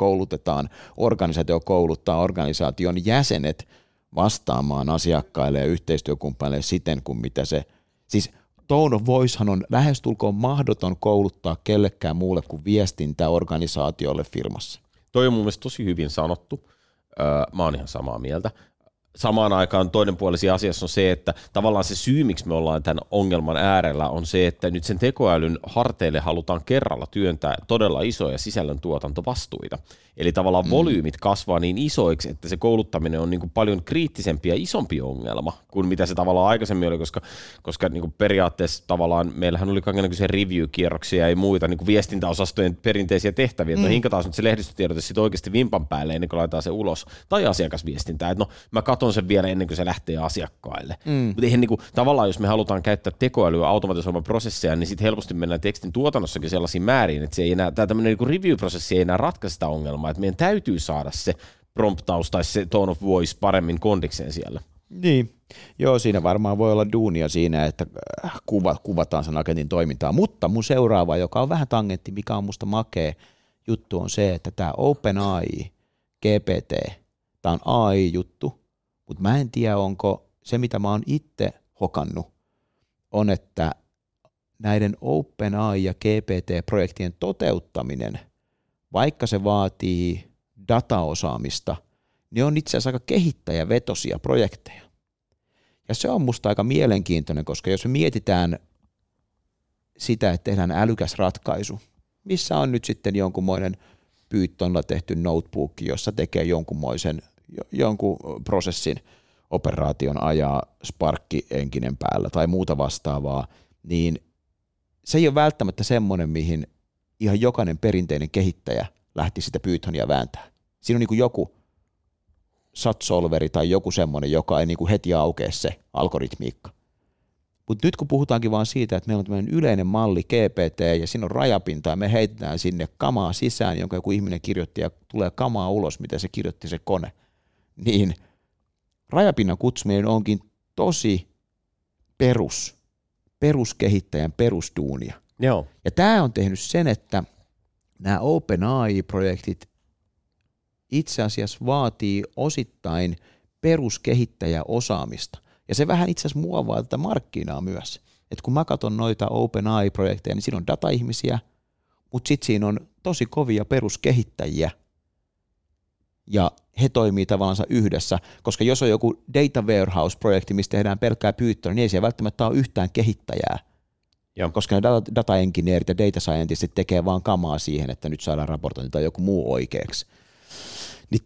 kouluttaa organisaation jäsenet vastaamaan asiakkaille ja yhteistyökumppaneille siten kuin mitä se, siis tone of voicehan on lähestulkoon mahdoton kouluttaa kellekään muulle kuin viestintäorganisaatiolle firmassa. Toi on mun mielestä tosi hyvin sanottu, mä oon ihan samaa mieltä. samaan aikaan toinen puoli asiassa on se, että tavallaan se syy, miksi me ollaan tämän ongelman äärellä, on se, että nyt sen tekoälyn harteille halutaan kerralla työntää todella isoja sisällöntuotantovastuita. Eli tavallaan volyymit kasvaa niin isoiksi, että se kouluttaminen on niin kuin paljon kriittisempi ja isompi ongelma kuin mitä se tavallaan aikaisemmin oli, koska niin kuin periaatteessa tavallaan meillähän oli kaikenlaisia review-kierroksia ja muita niin kuin viestintäosastojen perinteisiä tehtäviä, että hinkataan nyt se lehdistötiedote sitten oikeasti vimpan päälle ennen kuin laitetaan se ulos, tai asiakasviestintää, että no mä katson sen vielä ennen kuin se lähtee asiakkaille. Mutta eihän niin kuin, tavallaan, jos me halutaan käyttää tekoälyä automatisoimaan prosesseja, niin sitten helposti mennään tekstin tuotannossakin sellaisiin määriin, että se ei enää, tämä tämmöinen niin kuin review-prosessi ei enää ratkaise sitä ongelmaa, että meidän täytyy saada se promptaus tai se tone of voice paremmin kondikseen siellä. Niin, joo, siinä varmaan voi olla duunia siinä, että kuvataan sen agentin toimintaa, mutta mun seuraava, joka on vähän tangentti, mikä on musta makea juttu, on se, että tämä OpenAI, GPT, tämä on AI-juttu, mutta mä en tiedä, onko se, mitä mä oon itse hokannut, on, että näiden OpenAI ja GPT-projektien toteuttaminen, vaikka se vaatii dataosaamista, ne on itse asiassa aika kehittäjävetoisia projekteja. Ja se on musta aika mielenkiintoinen, koska jos me mietitään sitä, että tehdään älykäs ratkaisu, missä on nyt sitten jonkunmoinen Pythonilla tehty notebook, jossa tekee jonkun prosessin operaation ajaa Spark-enkinen päällä tai muuta vastaavaa, niin se ei ole välttämättä semmoinen, mihin ihan jokainen perinteinen kehittäjä lähti sitä Pythonia vääntää. Siinä on niin kuin joku SAT-solveri tai joku semmoinen, joka ei niin kuin heti aukea se algoritmiikka. Mutta nyt kun puhutaankin vaan siitä, että meillä on tämmöinen yleinen malli GPT ja siinä on rajapinta ja me heitetään sinne kamaa sisään, jonka joku ihminen kirjoitti ja tulee kamaa ulos, mitä se kirjoitti se kone, niin rajapinnan kutsuminen onkin tosi peruskehittäjän perusduunia. Joo. Ja tämä on tehnyt sen, että nämä OpenAI-projektit itse asiassa vaatii osittain peruskehittäjäosaamista. Ja se vähän itse asiassa muovaa tätä markkinaa myös. Et kun mä katson noita OpenAI-projekteja, niin siinä on data-ihmisiä, mutta sitten siinä on tosi kovia peruskehittäjiä. Ja he toimii tavallaan yhdessä, koska jos on joku data warehouse-projekti, missä tehdään pelkkää Python, niin ei siellä välttämättä ole yhtään kehittäjää. Ja koska ne data engineerit ja data scientistit tekee vaan kamaa siihen, että nyt saadaan raportointi tai joku muu oikeaksi. Niin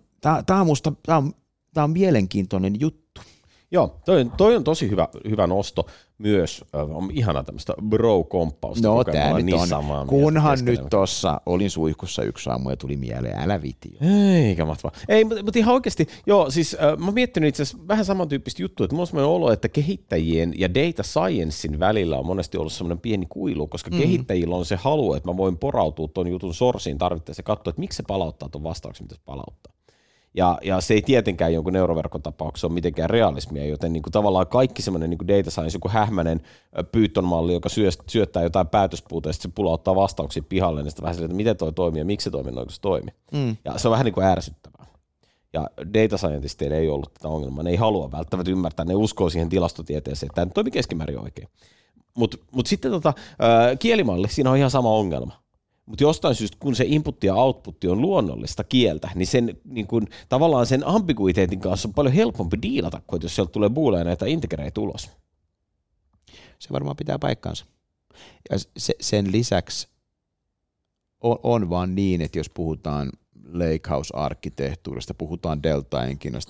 tää on mielenkiintoinen juttu. Joo, toi on tosi hyvä nosto myös. On ihana tämmöistä bro-komppausta. No tää nyt on. Kunhan nyt tossa olin suihkussa yksi aamu ja tuli mieleen, älä viti. Eikä mahtavaa. Ei, mutta ihan oikeasti, joo, siis mä oon miettinyt itse asiassa vähän samantyyppistä juttua, että mulla on semmoinen olo, että kehittäjien ja data sciencein välillä on monesti ollut semmoinen pieni kuilu, koska kehittäjillä on se halu, että mä voin porautua ton jutun sourciin tarvittaessa ja katsoa, että miksi se palauttaa ton vastauksen, mitä se palauttaa. Ja se ei tietenkään jonkun neuroverkkotapauksessa ole mitenkään realismia, joten niin kuin tavallaan kaikki semmoinen niin kuin data science, joku hähmäinen Python-malli, joka syöttää jotain päätöspuuta ja sitten se pulauttaa vastauksia pihalle, niin sitten vähän silleen, että miten toi toimii ja miksi se toimii oikeasti toimii. Ja se on vähän niin kuin ärsyttävää. Ja data scientisteilla ei ollut tätä ongelmaa, ne ei halua välttämättä ymmärtää, ne uskoo siihen tilastotieteeseen, että tämä toimii keskimäärin oikein. Mutta sitten kielimalli, siinä on ihan sama ongelma. Mutta jostain syystä, kun se input ja output on luonnollista kieltä, niin sen, niin kun, tavallaan sen ambiguiteetin kanssa on paljon helpompi diilata, kuin jos sieltä tulee booleja tai integreitä ulos. Se varmaan pitää paikkansa. Ja sen lisäksi on vaan niin, että jos puhutaan Lakehouse-arkkitehtuurista, puhutaan Delta-enkinasta,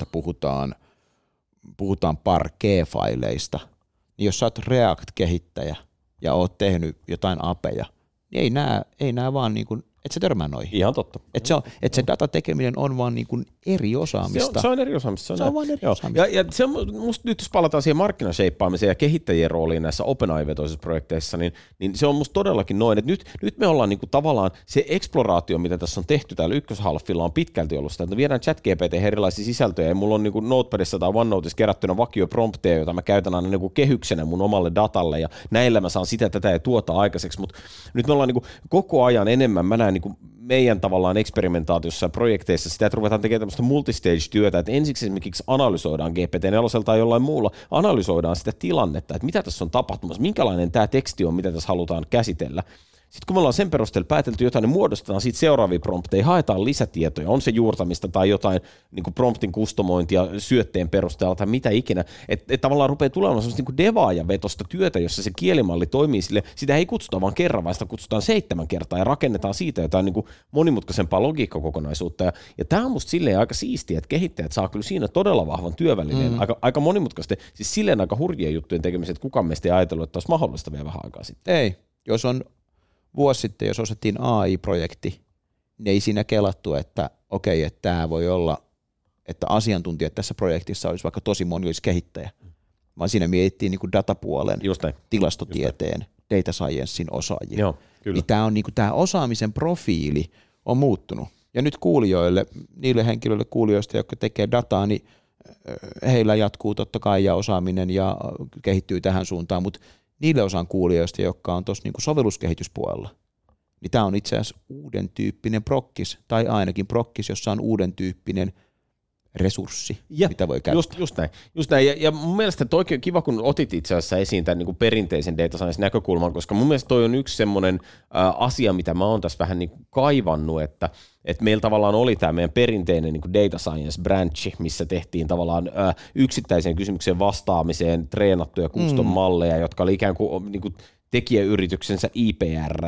puhutaan Parquet-faileista, niin jos sä oot React-kehittäjä ja oot tehnyt jotain apeja, niin ei nää vaan niin kuin, et se törmää noihin. Ihan totta. Että se datatekeminen on vaan niin kuin eri osaamista. Se on eri osaamista. Se on vaan eri osaamista. Ja se on, musta nyt jos palataan siihen markkinasheippaamiseen ja kehittäjien rooliin näissä OpenAI-vetoisissa projekteissa, niin se on musta todellakin noin, että nyt me ollaan niin kuin tavallaan se exploraatio, mitä tässä on tehty täällä ykköshalfilla on pitkälti ollut sitä, että viedään ChatGPT erilaisia sisältöjä ja mulla on niin kuin Notepadissa tai OneNoteissa kerättynä vakioprompteja, joita mä käytän aina niin kuin kehyksenä mun omalle datalle ja näillä mä saan sitä, tätä ja tuota aikaiseksi, mutta nyt me ollaan niin kuin koko ajan enemmän, mä näen niin kuin meidän tavallaan eksperimentaatiossa ja projekteissa sitä, että ruvetaan tekemään tämmöistä multistage-työtä, että ensiksi esimerkiksi analysoidaan GPT-4 tai jollain muulla, analysoidaan sitä tilannetta, että mitä tässä on tapahtumassa, minkälainen tämä teksti on, mitä tässä halutaan käsitellä. Sitten kun me ollaan sen perusteella päätelty jotain, niin muodostetaan siitä seuraavia prompteja, haetaan lisätietoja, on se juurtamista tai jotain niin kuin promptin kustomointia syötteen perusteella tai mitä ikinä. Että tavallaan rupeaa tulemaan sellaista niin devaaja-vetosta työtä, jossa se kielimalli toimii sille, sitä ei kutsuta vaan kerran, vaan sitä kutsutaan 7 kertaa ja rakennetaan siitä jotain niin kuin monimutkaisempaa logiikkakokonaisuutta. Ja tämä on musta silleen aika siistiä, että kehittäjät saa kyllä siinä todella vahvan työvälineen, aika monimutkaisesti, siis silleen aika hurjien juttujen tekemiset, että kukaan meistä ei ajatellut, että olisi mahdollista vielä vähän aikaa sitten. Ei, jos on vuosi sitten, jos osattiin AI-projekti, niin ei siinä kelattu, että okei, että tämä voi olla, että asiantuntijat tässä projektissa olisi vaikka tosi moni olisi kehittäjä, vaan siinä mietittiin niin kuin datapuolen, tilastotieteen, data sciencein osaajia. Joo, kyllä. Niin tämä on niin kuin tämä osaamisen profiili on muuttunut. Ja nyt kuulijoille, niille henkilöille kuulijoista, jotka tekee dataa, niin heillä jatkuu totta kai ja osaaminen ja kehittyy tähän suuntaan, mutta niille osaan kuulijoista, jotka on tuossa niinku sovelluskehityspuolella, niin tämä on itse asiassa uuden tyyppinen prokkis, tai ainakin prokkis, jossa on uuden tyyppinen resurssi, mitä voi käyttää. Just näin. Ja mun mielestä toikin on kiva, kun otit itse asiassa esiin tämän niin kuin perinteisen data science näkökulman, koska mun mielestä toi on yksi semmoinen asia, mitä mä oon tässä vähän niin kuin kaivannut, että meillä tavallaan oli tämä meidän perinteinen niin kuin data science branchi, missä tehtiin tavallaan yksittäiseen kysymykseen vastaamiseen treenattuja custom-malleja, jotka oli ikään kuin, niin kuin tekijäyrityksensä IPR,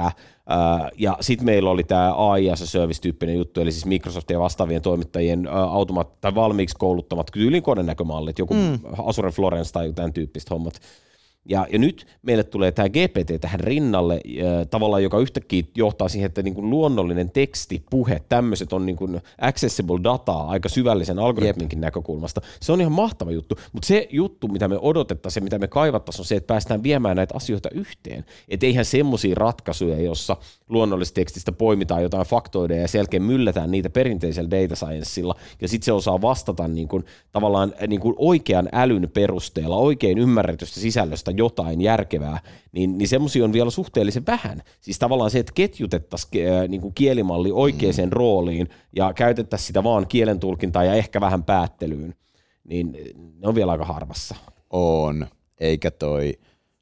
ja sitten meillä oli tämä AI as a service-tyyppinen juttu, eli siis Microsoftin ja vastaavien toimittajien tai valmiiksi kouluttamat tyylin konenäkömallit, joku Azure Florence tai tämän tyyppiset hommat. Ja nyt meille tulee tämä GPT tähän rinnalle tavallaan, joka yhtäkkiä johtaa siihen, että niin kuin luonnollinen teksti, puhe, tämmöiset on niin kuin accessible dataa aika syvällisen algoritminkin näkökulmasta. Se on ihan mahtava juttu, mutta se juttu, mitä me odotettaisiin, mitä me kaivattaisiin, on se, että päästään viemään näitä asioita yhteen. Että eihän semmoisia ratkaisuja, jossa luonnollisesta tekstistä poimitaan jotain faktoideja ja sen jälkeen myllätään niitä perinteisellä data sciencella, ja sitten se osaa vastata niin kuin, tavallaan niin kuin oikean älyn perusteella, oikein ymmärretystä sisällöstä jotain järkevää, niin semmoisia on vielä suhteellisen vähän. Siis tavallaan se, että ketjutettaisiin niin kuin kielimalli oikeaan rooliin ja käytettäisiin sitä vaan kielentulkintaan ja ehkä vähän päättelyyn, niin ne on vielä aika harvassa. On, eikä toi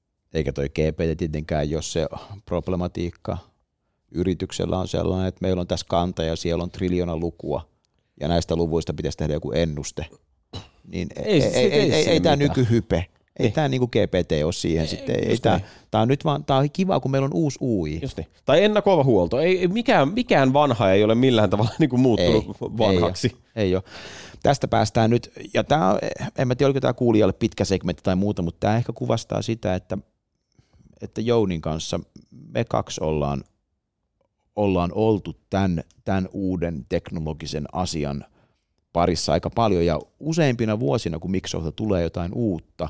GPT tietenkään, jos se problematiikka yrityksellä on sellainen, että meillä on tässä kanta ja siellä on 1 triljoona lukua ja näistä luvuista pitäisi tehdä joku ennuste, niin ei tämä nykyhype. Ei tämä niinku GPT ole siihen sitten. Tämä on nyt vaan, tämä on kiva, kun meillä on uusi UI. Just niin. Tai ennakoiva huolto. Ei, mikään vanha ei ole millään tavalla niinku muuttunut vanhaksi. Ei ole. Tästä päästään nyt, ja tämä on, en mä tiedä, oliko tämä kuulijalle pitkä segmentti tai muuta, mutta tämä ehkä kuvastaa sitä, että Jounin kanssa me kaksi ollaan oltu tämän uuden teknologisen asian parissa aika paljon, ja useimpina vuosina, kun Microsoftilta tulee jotain uutta,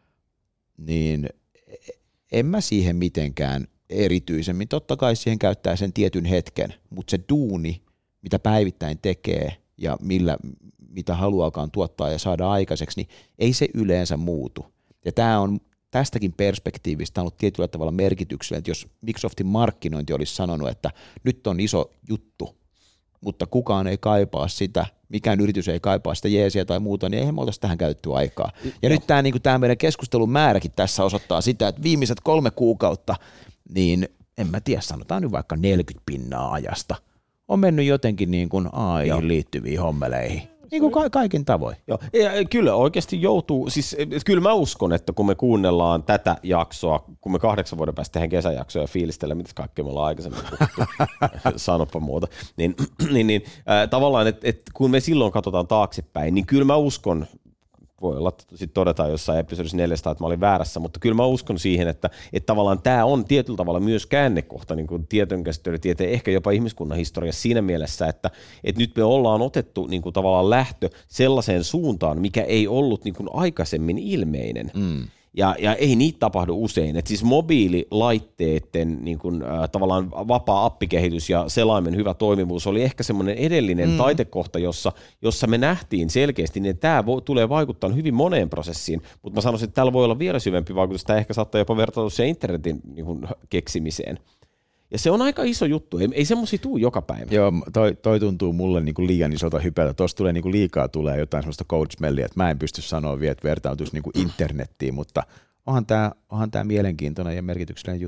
niin en mä siihen mitenkään erityisemmin. Totta kai siihen käyttää sen tietyn hetken, mutta se duuni, mitä päivittäin tekee ja mitä haluaakaan tuottaa ja saada aikaiseksi, niin ei se yleensä muutu. Ja tämä on tästäkin perspektiivistä ollut tietyllä tavalla merkityksellä, että jos Microsoftin markkinointi olisi sanonut, että nyt on iso juttu, mutta kukaan ei kaipaa sitä, mikään yritys ei kaipaa sitä jeesiä tai muuta, niin eihän me oltaisi tähän käytetty aikaa. Ja nyt tämä meidän keskustelun määräkin tässä osoittaa sitä, että viimeiset 3 kuukautta, niin en mä tiedä, sanotaan nyt vaikka 40% ajasta, on mennyt jotenkin niin kuin AI:hin liittyviin hommeleihin. Niin kuin kaikin tavoin. Joo. Ja kyllä oikeasti joutuu, siis kyllä mä uskon, että kun me kuunnellaan tätä jaksoa, kun me 8 vuoden päästä tehdään kesäjaksoja ja fiilistellään, mitä kaikkea me ollaan aikaisemmin sanoppa muuta, niin tavallaan, että kun me silloin katsotaan taaksepäin, niin kyllä mä uskon, voi olla, että sitten todetaan jossain episodissa 400, että mä olin väärässä, mutta kyllä mä uskon siihen, että tavallaan tämä on tietyllä tavalla myös käännekohta niin kuin tietojenkäsittelytieteen, ehkä jopa ihmiskunnan historiassa siinä mielessä, että nyt me ollaan otettu niin kuin tavallaan lähtö sellaiseen suuntaan, mikä ei ollut niin kuin aikaisemmin ilmeinen. Ja ei niitä tapahdu usein. Et siis mobiililaitteiden niin kun, tavallaan vapaa appikehitys ja selaimen hyvä toimivuus oli ehkä semmoinen edellinen taitekohta, jossa me nähtiin selkeästi, että tämä tulee vaikuttaa hyvin moneen prosessiin, mutta mä sanoisin, että täällä voi olla vielä syvempi vaikutus. Tämä ehkä saattaa jopa vertautua se internetin niin kun, keksimiseen. Ja se on aika iso juttu, ei semmoisia tule joka päivä. Joo, toi tuntuu mulle niinku liian isolta hypeltä. Tuossa tulee niinku liikaa jotain semmoista code-smelliä, että mä en pysty sanoa vielä, että vertautuisi niinku internettiin, mutta onhan tämä mielenkiintoinen ja merkityksellinen juttu.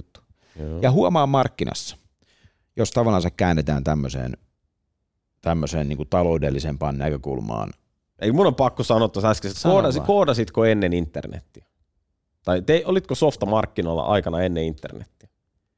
Joo. Ja huomaa markkinassa, jos tavallaan se käännetään tämmöiseen niin kuin taloudellisempaan näkökulmaan. Ei, mun on pakko sanoa tuossa äsken, että koodasitko ennen internettiä? Tai olitko softa markkinoilla aikana ennen internettiä?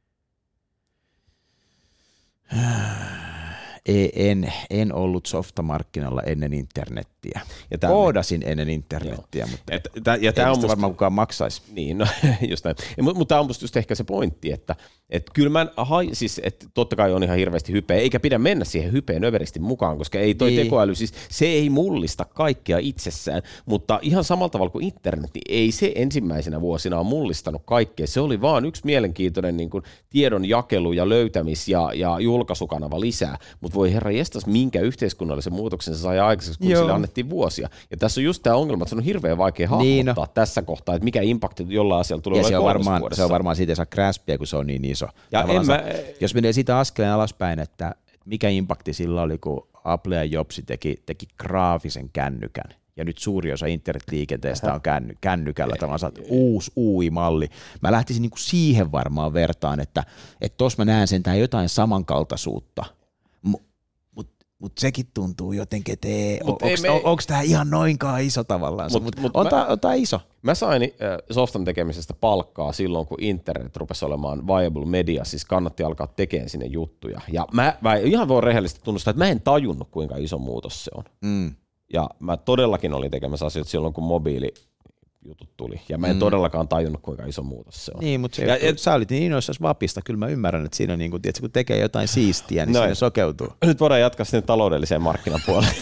En ollut softamarkkinalla ennen internettiä. Koodasin ennen internettiä, mutta ei sitä varmaan kukaan maksaisi. Niin, no just näin. Mutta tämä on musta just ehkä se pointti, että kyllä mä siis, että totta kai on ihan hirveästi hypeä, eikä pidä mennä siihen hypeen överisti mukaan, koska ei toi tekoäly, siis se ei mullista kaikkea itsessään, mutta ihan samalla tavalla kuin internet, ei se ensimmäisenä vuosina ole mullistanut kaikkea. Se oli vaan yksi mielenkiintoinen niin kuin tiedon jakelu ja löytämis- ja julkaisukanava lisää, mutta voi herra jestas, minkä yhteiskunnallisen muutoksen se sai aikaiseksi, kun sille annettiin vuosia. Ja tässä on just tämä ongelma, että se on hirveän vaikea hahmottaa tässä kohtaa, että mikä impakti jollain asialla tulee olemaan 3 vuodessa. Se on varmaan siitä ei saa graspia, kun se on niin iso. Ja jos menee siitä askeleen alaspäin, että mikä impakti sillä oli, kun Apple ja Jobs teki graafisen kännykän. Ja nyt suuri osa internetliikenteestä on kännykällä, tavallaan uusi UI-malli. Mä lähtisin niinku siihen varmaan vertaan, että tuossa mä näen sentään jotain samankaltaisuutta. Mutta sekin tuntuu jotenkin, että onko tämä ihan noinkaan iso tavallaan, mutta on tämä iso. Mä sain softan tekemisestä palkkaa silloin, kun internet rupesi olemaan viable media, siis kannatti alkaa tekemään sinne juttuja. Ja mä ihan voi rehellisesti tunnustaa, että mä en tajunnut, kuinka iso muutos se on. Ja mä todellakin olin tekemässä asioita silloin, kun mobiilijutut tuli. Ja mä en todellakaan tajunnut, kuinka iso muutos se on. Niin, mutta sä olit niin innoissasi Vapista. Kyllä mä ymmärrän, että siinä on niin kuin, tiedätkö, kun tekee jotain siistiä, niin siinä sokeutuu. Nyt voidaan jatkaa sinne taloudelliseen markkinapuoleen.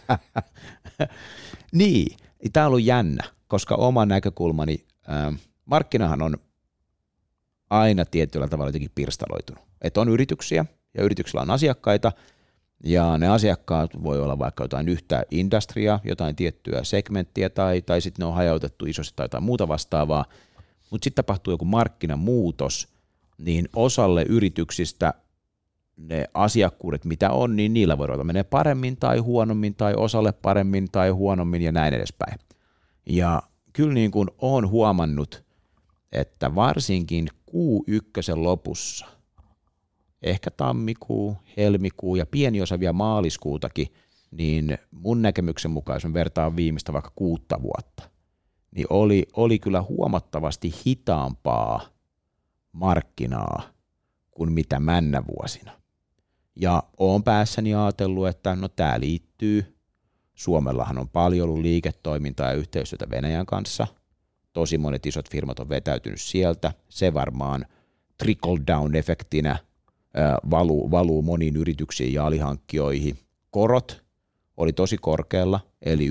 Niin, tämä on ollut jännä, koska oma näkökulmani, markkinahan on aina tietyllä tavalla jotenkin pirstaloitunut. Että on yrityksiä ja yrityksillä on asiakkaita, ja ne asiakkaat voi olla vaikka jotain yhtä industriaa, jotain tiettyä segmenttiä, tai sitten ne on hajautettu isosti tai jotain muuta vastaavaa, mutta sitten tapahtuu joku markkinamuutos, niin osalle yrityksistä ne asiakkuudet, mitä on, niin niillä voi olla menee paremmin tai huonommin, tai osalle paremmin tai huonommin ja näin edespäin. Ja kyllä niin kuin olen huomannut, että varsinkin Q1 lopussa, ehkä tammikuu, helmikuu ja pieni osa vielä maaliskuutakin, niin mun näkemyksen mukaan, jos mä vertaan viimeistä vaikka 6 vuotta, niin oli kyllä huomattavasti hitaampaa markkinaa kuin mitä männävuosina. Ja oon päässäni ajatellut, että no tää liittyy. Suomellahan on paljon ollut liiketoimintaa ja yhteistyötä Venäjän kanssa. Tosi monet isot firmat on vetäytynyt sieltä. Se varmaan trickle-down-efektinä valuu moniin yrityksiin ja alihankkijoihin. Korot oli tosi korkealla, eli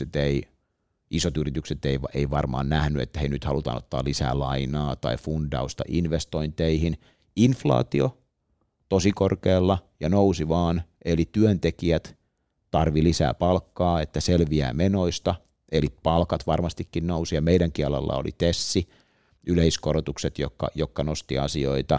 isot yritykset ei varmaan nähnyt, että hei nyt halutaan ottaa lisää lainaa tai fundausta investointeihin. Inflaatio tosi korkealla ja nousi vaan, eli työntekijät tarvi lisää palkkaa, että selviää menoista, eli palkat varmastikin nousi ja meidänkin alalla oli TESSi, yleiskorotukset, jotka nosti asioita.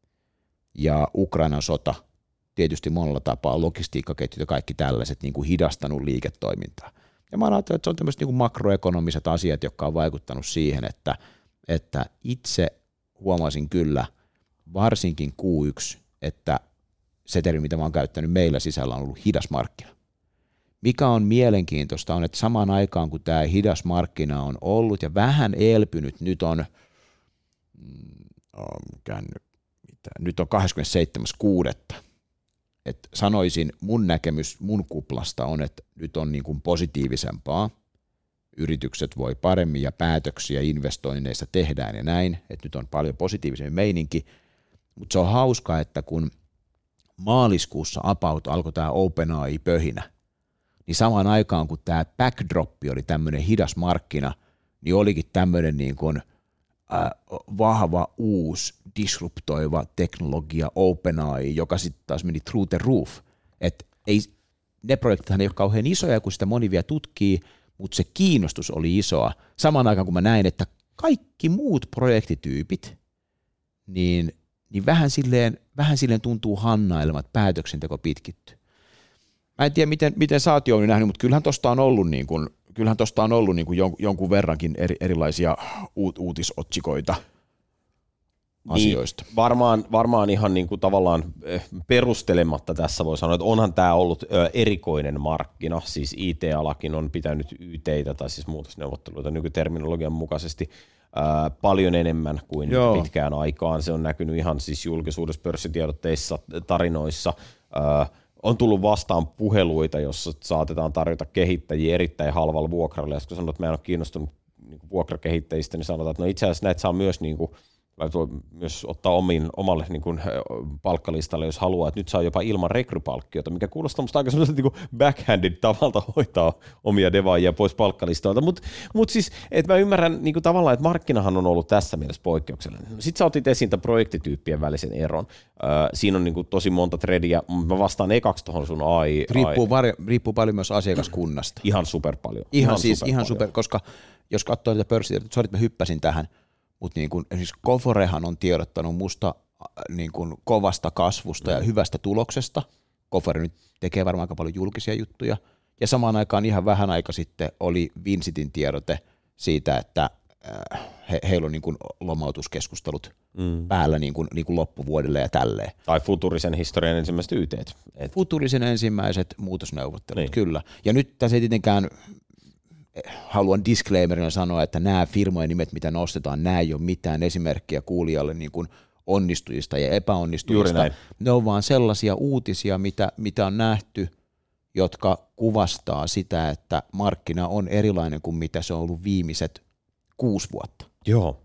Ja Ukrainan sota, tietysti monella tapaa logistiikkaketjut ja kaikki tällaiset niin kuin hidastanut liiketoimintaa. Ja mä ajattelen, että se on tämmöiset niin kuin makroekonomiset asiat, jotka on vaikuttanut siihen, että itse huomasin kyllä varsinkin Q1, että se termi, mitä mä oon käyttänyt meillä sisällä, on ollut hidas markkina. Mikä on mielenkiintoista on, että samaan aikaan kun tämä hidas markkina on ollut ja vähän elpynyt, nyt on 27.6. että sanoisin, mun näkemys mun kuplasta on, että nyt on niin kuin positiivisempaa. Yritykset voi paremmin ja päätöksiä investoinneista tehdään ja näin, että nyt on paljon positiivisempi meininki. Mutta se on hauska, että kun maaliskuussa about alkoi tämä OpenAI-pöhinä, niin samaan aikaan kun tämä backdroppi oli tämmöinen hidas markkina, niin olikin tämmöinen niin kuin vahva, uusi, disruptoiva teknologia OpenAI, joka sitten taas meni through the roof. Et ne projektithan ei ole kauhean isoja, kun sitä moni vielä tutkii, mutta se kiinnostus oli isoa. Samaan aikaan kun mä näin, että kaikki muut projektityypit, niin vähän silleen tuntuu hannailemaan, että päätöksenteko pitkittyy. Mä en tiedä, miten sä oot Jouni nähnyt, mutta kyllähän tuosta on ollut jonkun verrankin erilaisia uutisotsikoita. asioista. Niin, varmaan ihan niin kuin tavallaan perustelematta tässä voi sanoa, että onhan tämä ollut erikoinen markkina, siis IT-alakin on pitänyt YT:itä tai siis muutosneuvotteluita nykyterminologian mukaisesti paljon enemmän kuin pitkään aikaan. Se on näkynyt ihan siis julkisuudessa, pörssitiedotteissa, tarinoissa. On tullut vastaan puheluita, jossa saatetaan tarjota kehittäjiä erittäin halvalla vuokralla. Ja kun sanoo, että mä en ole kiinnostunut niin vuokrakehittäjistä, niin sanotaan, että no itse asiassa näitä saa myös niin kuin myös ottaa omalle niin kuin palkkalistalle, jos haluaa, että nyt saa jopa ilman rekrypalkkiota, mikä kuulostaa musta aika semmoiselta niin backhanded tavalta hoitaa omia devaajia pois palkkalistoilta, mutta siis, että mä ymmärrän niin kuin tavallaan, että markkinahan on ollut tässä mielessä poikkeuksellinen. Sitten sä otit esiin tämän projektityyppien välisen eron. Siinä on niin kuin tosi monta trediä, mä vastaan ekaksi tuohon sun AI. Riippuu paljon myös asiakaskunnasta. Ihan super paljon. Ihan super, koska jos katsoo niitä pörssitietoja, sori, mä hyppäsin tähän, mutta niin esimerkiksi Koforehan on tiedottanut musta niin kuin kovasta kasvusta ja hyvästä tuloksesta. Kofore nyt tekee varmaan aika paljon julkisia juttuja. Ja samaan aikaan ihan vähän aika sitten oli Vincitin tiedote siitä, että heillä on niin kuin lomautuskeskustelut päällä niin kuin loppuvuodelle ja tälleen. Tai Futurisen historian ensimmäiset YT:t. Futurisen ensimmäiset muutosneuvottelut, kyllä. Ja nyt tässä ei tietenkään haluan disclaimerina sanoa, että nämä firmojen nimet, mitä nostetaan, nämä ei ole mitään esimerkkiä kuulijalle niin kuin onnistujista ja epäonnistujista. Ne on vaan sellaisia uutisia, mitä on nähty, jotka kuvastaa sitä, että markkina on erilainen kuin mitä se on ollut viimeiset 6 vuotta. Joo.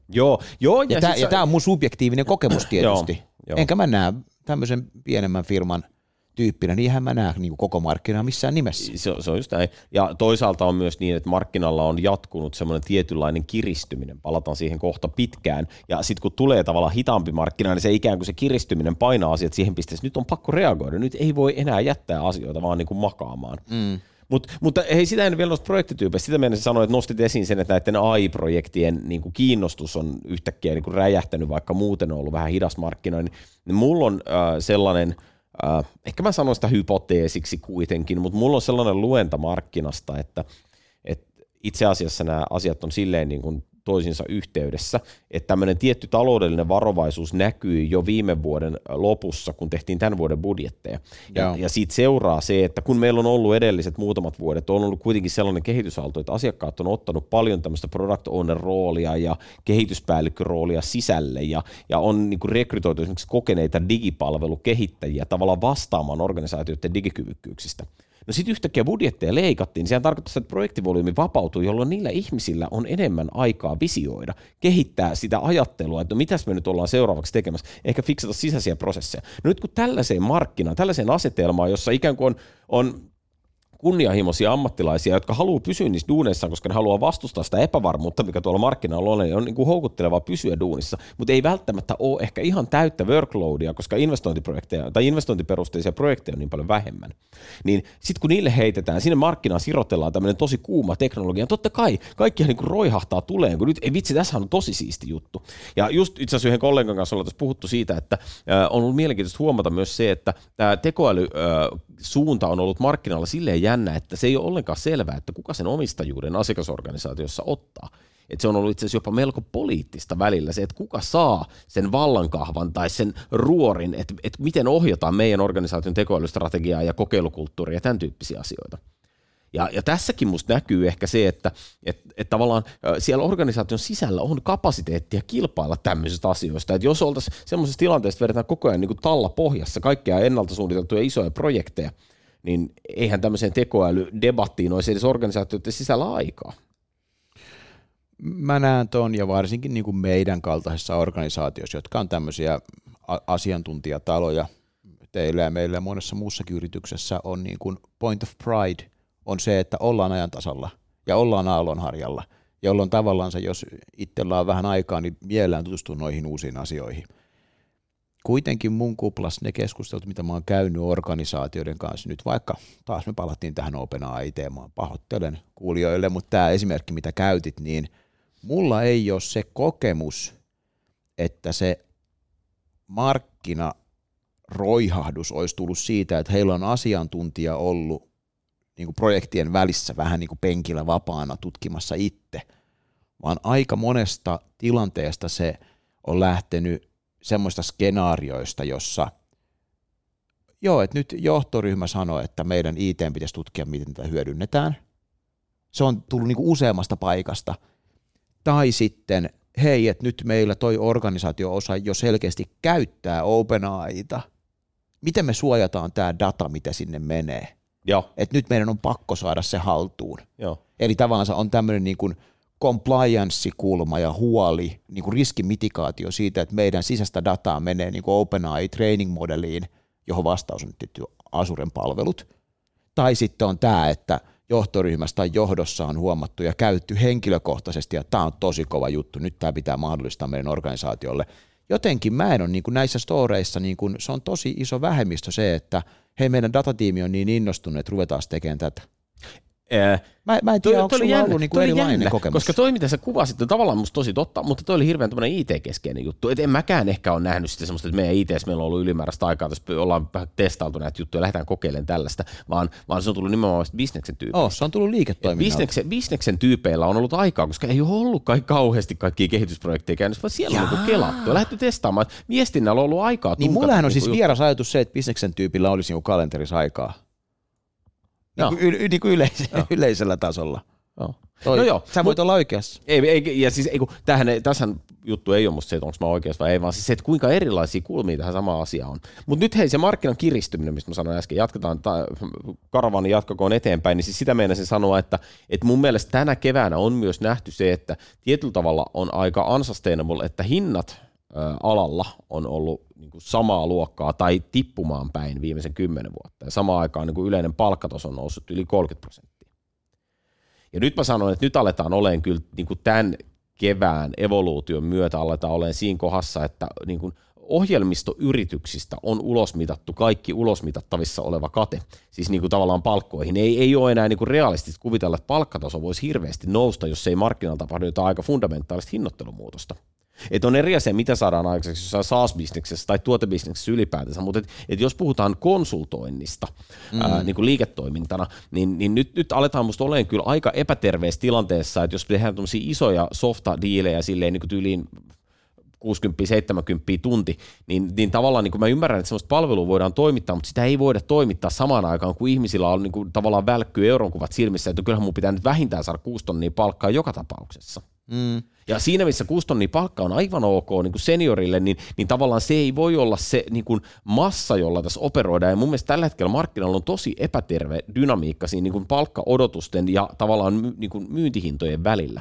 Ja tämä on mun subjektiivinen kokemus tietysti. Joo. Enkä mä näe tämmöisen pienemmän firman tyyppinä, niinhän mä näen niin koko markkinaa missään nimessä. Se on just näin. Ja toisaalta on myös niin, että markkinalla on jatkunut semmoinen tietynlainen kiristyminen. Palataan siihen kohta pitkään. Ja sitten kun tulee tavallaan hitaampi markkina, niin se ikään kuin se kiristyminen painaa asiat siihen pisteeseen. Nyt on pakko reagoida. Nyt ei voi enää jättää asioita vaan niin kuin makaamaan. Mutta hei, sitä en vielä noista projektityypeistä. Sitä meidän sanoin, että nostit esiin sen, että näiden AI-projektien niin kuin kiinnostus on yhtäkkiä niin kuin räjähtänyt, vaikka muuten on ollut vähän hidas markkina. Niin mulla on sellainen ehkä mä sanon sitä hypoteesiksi kuitenkin, mutta mulla on sellainen luenta markkinasta, että itse asiassa nämä asiat on silleen niin kuin toisinsa yhteydessä, että tämmöinen tietty taloudellinen varovaisuus näkyy jo viime vuoden lopussa, kun tehtiin tämän vuoden budjetteja. Ja siitä seuraa se, että kun meillä on ollut edelliset muutamat vuodet, on ollut kuitenkin sellainen kehitysaalto, että asiakkaat on ottanut paljon tämmöistä product owner-roolia ja kehityspäällikköroolia sisälle, ja on niin kuin rekrytoitu esimerkiksi kokeneita digipalvelukehittäjiä tavallaan vastaamaan organisaatioiden digikyvykkyyksistä. No sitten yhtäkkiä budjetteja leikattiin, niin sehän tarkoittaa, että projektivolyymi vapautuu, jolloin niillä ihmisillä on enemmän aikaa visioida, kehittää sitä ajattelua, että no mitäs me nyt ollaan seuraavaksi tekemässä, ehkä fiksata sisäisiä prosesseja. No nyt kun tällaiseen markkinaan, tällaiseen asetelmaan, jossa ikään kuin on kunnianhimoisia ammattilaisia, jotka haluaa pysyä niissä duuneissa, koska ne haluaa vastustaa sitä epävarmuutta, mikä tuolla markkinoilla on, niin on niin kuin houkuttelevaa pysyä duunissa, mutta ei välttämättä ole ehkä ihan täyttä workloadia, koska investointiprojekteja tai investointiperusteisia projekteja on niin paljon vähemmän. Niin sitten kun niille heitetään, sinne markkinaan sirotellaan tämmöinen tosi kuuma teknologia, totta kai kaikkihan niin kuin roihahtaa tuleen, kun nyt ei vitsi, tässä on tosi siisti juttu. Ja just itse asiassa yhden kollegan kanssa ollaan puhuttu siitä, että on ollut mielenkiintoista huomata myös se, että tämä tekoäly suunta on ollut markkinalla silleen jännä, että se ei ole ollenkaan selvää, että kuka sen omistajuuden asiakasorganisaatiossa ottaa. Että se on ollut itse asiassa jopa melko poliittista välillä se, että kuka saa sen vallankahvan tai sen ruorin, että miten ohjataan meidän organisaation tekoälystrategiaa ja kokeilukulttuuria ja tämän tyyppisiä asioita. Ja tässäkin musta näkyy ehkä se, että tavallaan siellä organisaation sisällä on kapasiteettia kilpailla tämmöisistä asioista. Että jos oltaisiin semmoisessa tilanteessa, että vedetään koko ajan niin kuin talla pohjassa kaikkea ennalta suunniteltuja isoja projekteja, niin eihän tämmöiseen tekoälydebattiin olisi edes organisaatioiden sisällä aikaa. Mä näen ton, ja varsinkin niin kuin meidän kaltaisessa organisaatiossa, jotka on tämmöisiä asiantuntijataloja, teillä ja meillä ja monessa muussakin yrityksessä on niin kuin point of pride, on se, että ollaan ajan tasalla ja ollaan aallonharjalla, jolloin tavallaan se, jos itsellä on vähän aikaa, niin mielellään tutustuu noihin uusiin asioihin. Kuitenkin mun kuplas ne keskustelut, mitä mä oon käynyt organisaatioiden kanssa, nyt vaikka taas me palattiin tähän OpenAI-teemaan, pahoittelen kuulijoille, mutta tämä esimerkki, mitä käytit, niin mulla ei ole se kokemus, että se markkinaroihahdus olisi tullut siitä, että heillä on asiantuntija ollut niin kuin projektien välissä vähän niin kuin penkillä vapaana tutkimassa itse, vaan aika monesta tilanteesta se on lähtenyt semmoista skenaarioista, jossa että nyt johtoryhmä sanoo, että meidän IT pitäisi tutkia, miten tätä hyödynnetään. Se on tullut niin kuin useammasta paikasta. Tai sitten, hei, että nyt meillä toi organisaatio-osa jo selkeästi käyttää OpenAIta. Miten me suojataan tämä data, mitä sinne menee? Että nyt meidän on pakko saada se haltuun. Joo. Eli tavallaan on tämmöinen niin kuin compliance-kulma ja huoli, niin kuin riskimitigaatio siitä, että meidän sisäistä dataa menee niin kuin OpenAI training-modeliin, johon vastaus on tietty Azuren palvelut. Tai sitten on tämä, että johtoryhmässä tai johdossa on huomattu ja käytetty henkilökohtaisesti, ja tämä on tosi kova juttu, nyt tämä pitää mahdollistaa meidän organisaatiolle. Jotenkin mä en ole niin kuin näissä storeissa, niin kuin, se on tosi iso vähemmistö se, että hei, meidän datatiimi on niin innostunut, että ruvetaan tekemään tätä. Mä en tiedä, onko sulla ollut niinku erilainen kokemus. Koska toi, mitä sä kuvasit, on tavallaan musta tosi totta, mutta toi oli hirveän tämmöinen IT-keskeinen juttu. Et en mäkään ehkä ole nähnyt sitten semmoista, että meidän IT:ssä meillä on ollut ylimääräistä aikaa, tässä ollaan testailtu näitä juttuja ja lähdetään kokeilemaan tällaista, vaan se on tullut nimenomaan bisneksen tyypeillä. Se on tullut liiketoiminnalta. Bisneksen tyypeillä on ollut aikaa, koska ei ole ollut kauheasti kaikkia kehitysprojekteja käynnissä, vaan siellä on niinku kelattu ja lähdetty testaamaan. Viestinnällä on ollut aikaa. Niin mullehän on siis vieras ajatus se, että bisneksen tyypillä olisi niinku kalenterissa aikaa. Niin kuin yleisellä tasolla. Sä voit olla oikeassa. Tässähän juttu ei ole musta se, että onko mä oikeassa vai ei, vaan siis se, että kuinka erilaisia kulmia tähän samaan asiaan on. Mutta nyt hei, se markkinan kiristyminen, mistä mä sanoin äsken, jatketaan, karavaani jatkakoon eteenpäin, niin siis sitä meinasin sanoa, että mun mielestä tänä keväänä on myös nähty se, että tietyllä tavalla on aika unsustainable, että hinnat alalla on ollut niin kuin samaa luokkaa tai tippumaan päin viimeisen 10 vuotta. Ja samaan aikaan niin kuin yleinen palkkataso on noussut yli 30%. Ja nyt mä sanoin, että nyt aletaan olemaan kyllä niin kuin tämän kevään evoluution myötä aletaan olemaan siinä kohdassa, että niin kuin ohjelmistoyrityksistä on ulosmitattu kaikki ulosmitattavissa oleva kate, siis niin kuin tavallaan palkkoihin. Ei ole enää niin kuin realistisesti kuvitella, että palkkataso voisi hirveästi nousta, jos ei markkinoilla tapahdu jotain aika fundamentaalista hinnoittelumuutosta. Että on eri asia, mitä saadaan aikaiseksi jossain SaaS-bisneksessä tai tuotebisneksessä ylipäätänsä, mutta et jos puhutaan konsultoinnista niin kuin liiketoimintana, niin nyt aletaan musta olemaan kyllä aika epäterveessä tilanteessa, että jos tehdään tämmöisiä isoja softa-diilejä silleen niin kuin tyyliin 60-70 tunti, niin tavallaan niin kuin mä ymmärrän, että semmoista palvelua voidaan toimittaa, mutta sitä ei voida toimittaa samaan aikaan, kun ihmisillä on niin kuin tavallaan välkkyy euronkuvat silmissä, että kyllähän mun pitää nyt vähintään saada 6 tonnia palkkaa joka tapauksessa. Ja siinä, missä 6 tonnia palkka on aivan ok niin kuin seniorille, niin tavallaan se ei voi olla se niin kuin massa, jolla tässä operoidaan. Ja mun mielestä tällä hetkellä markkinoilla on tosi epäterve dynamiikka siinä niin kuin palkkaodotusten ja tavallaan niin kuin myyntihintojen välillä.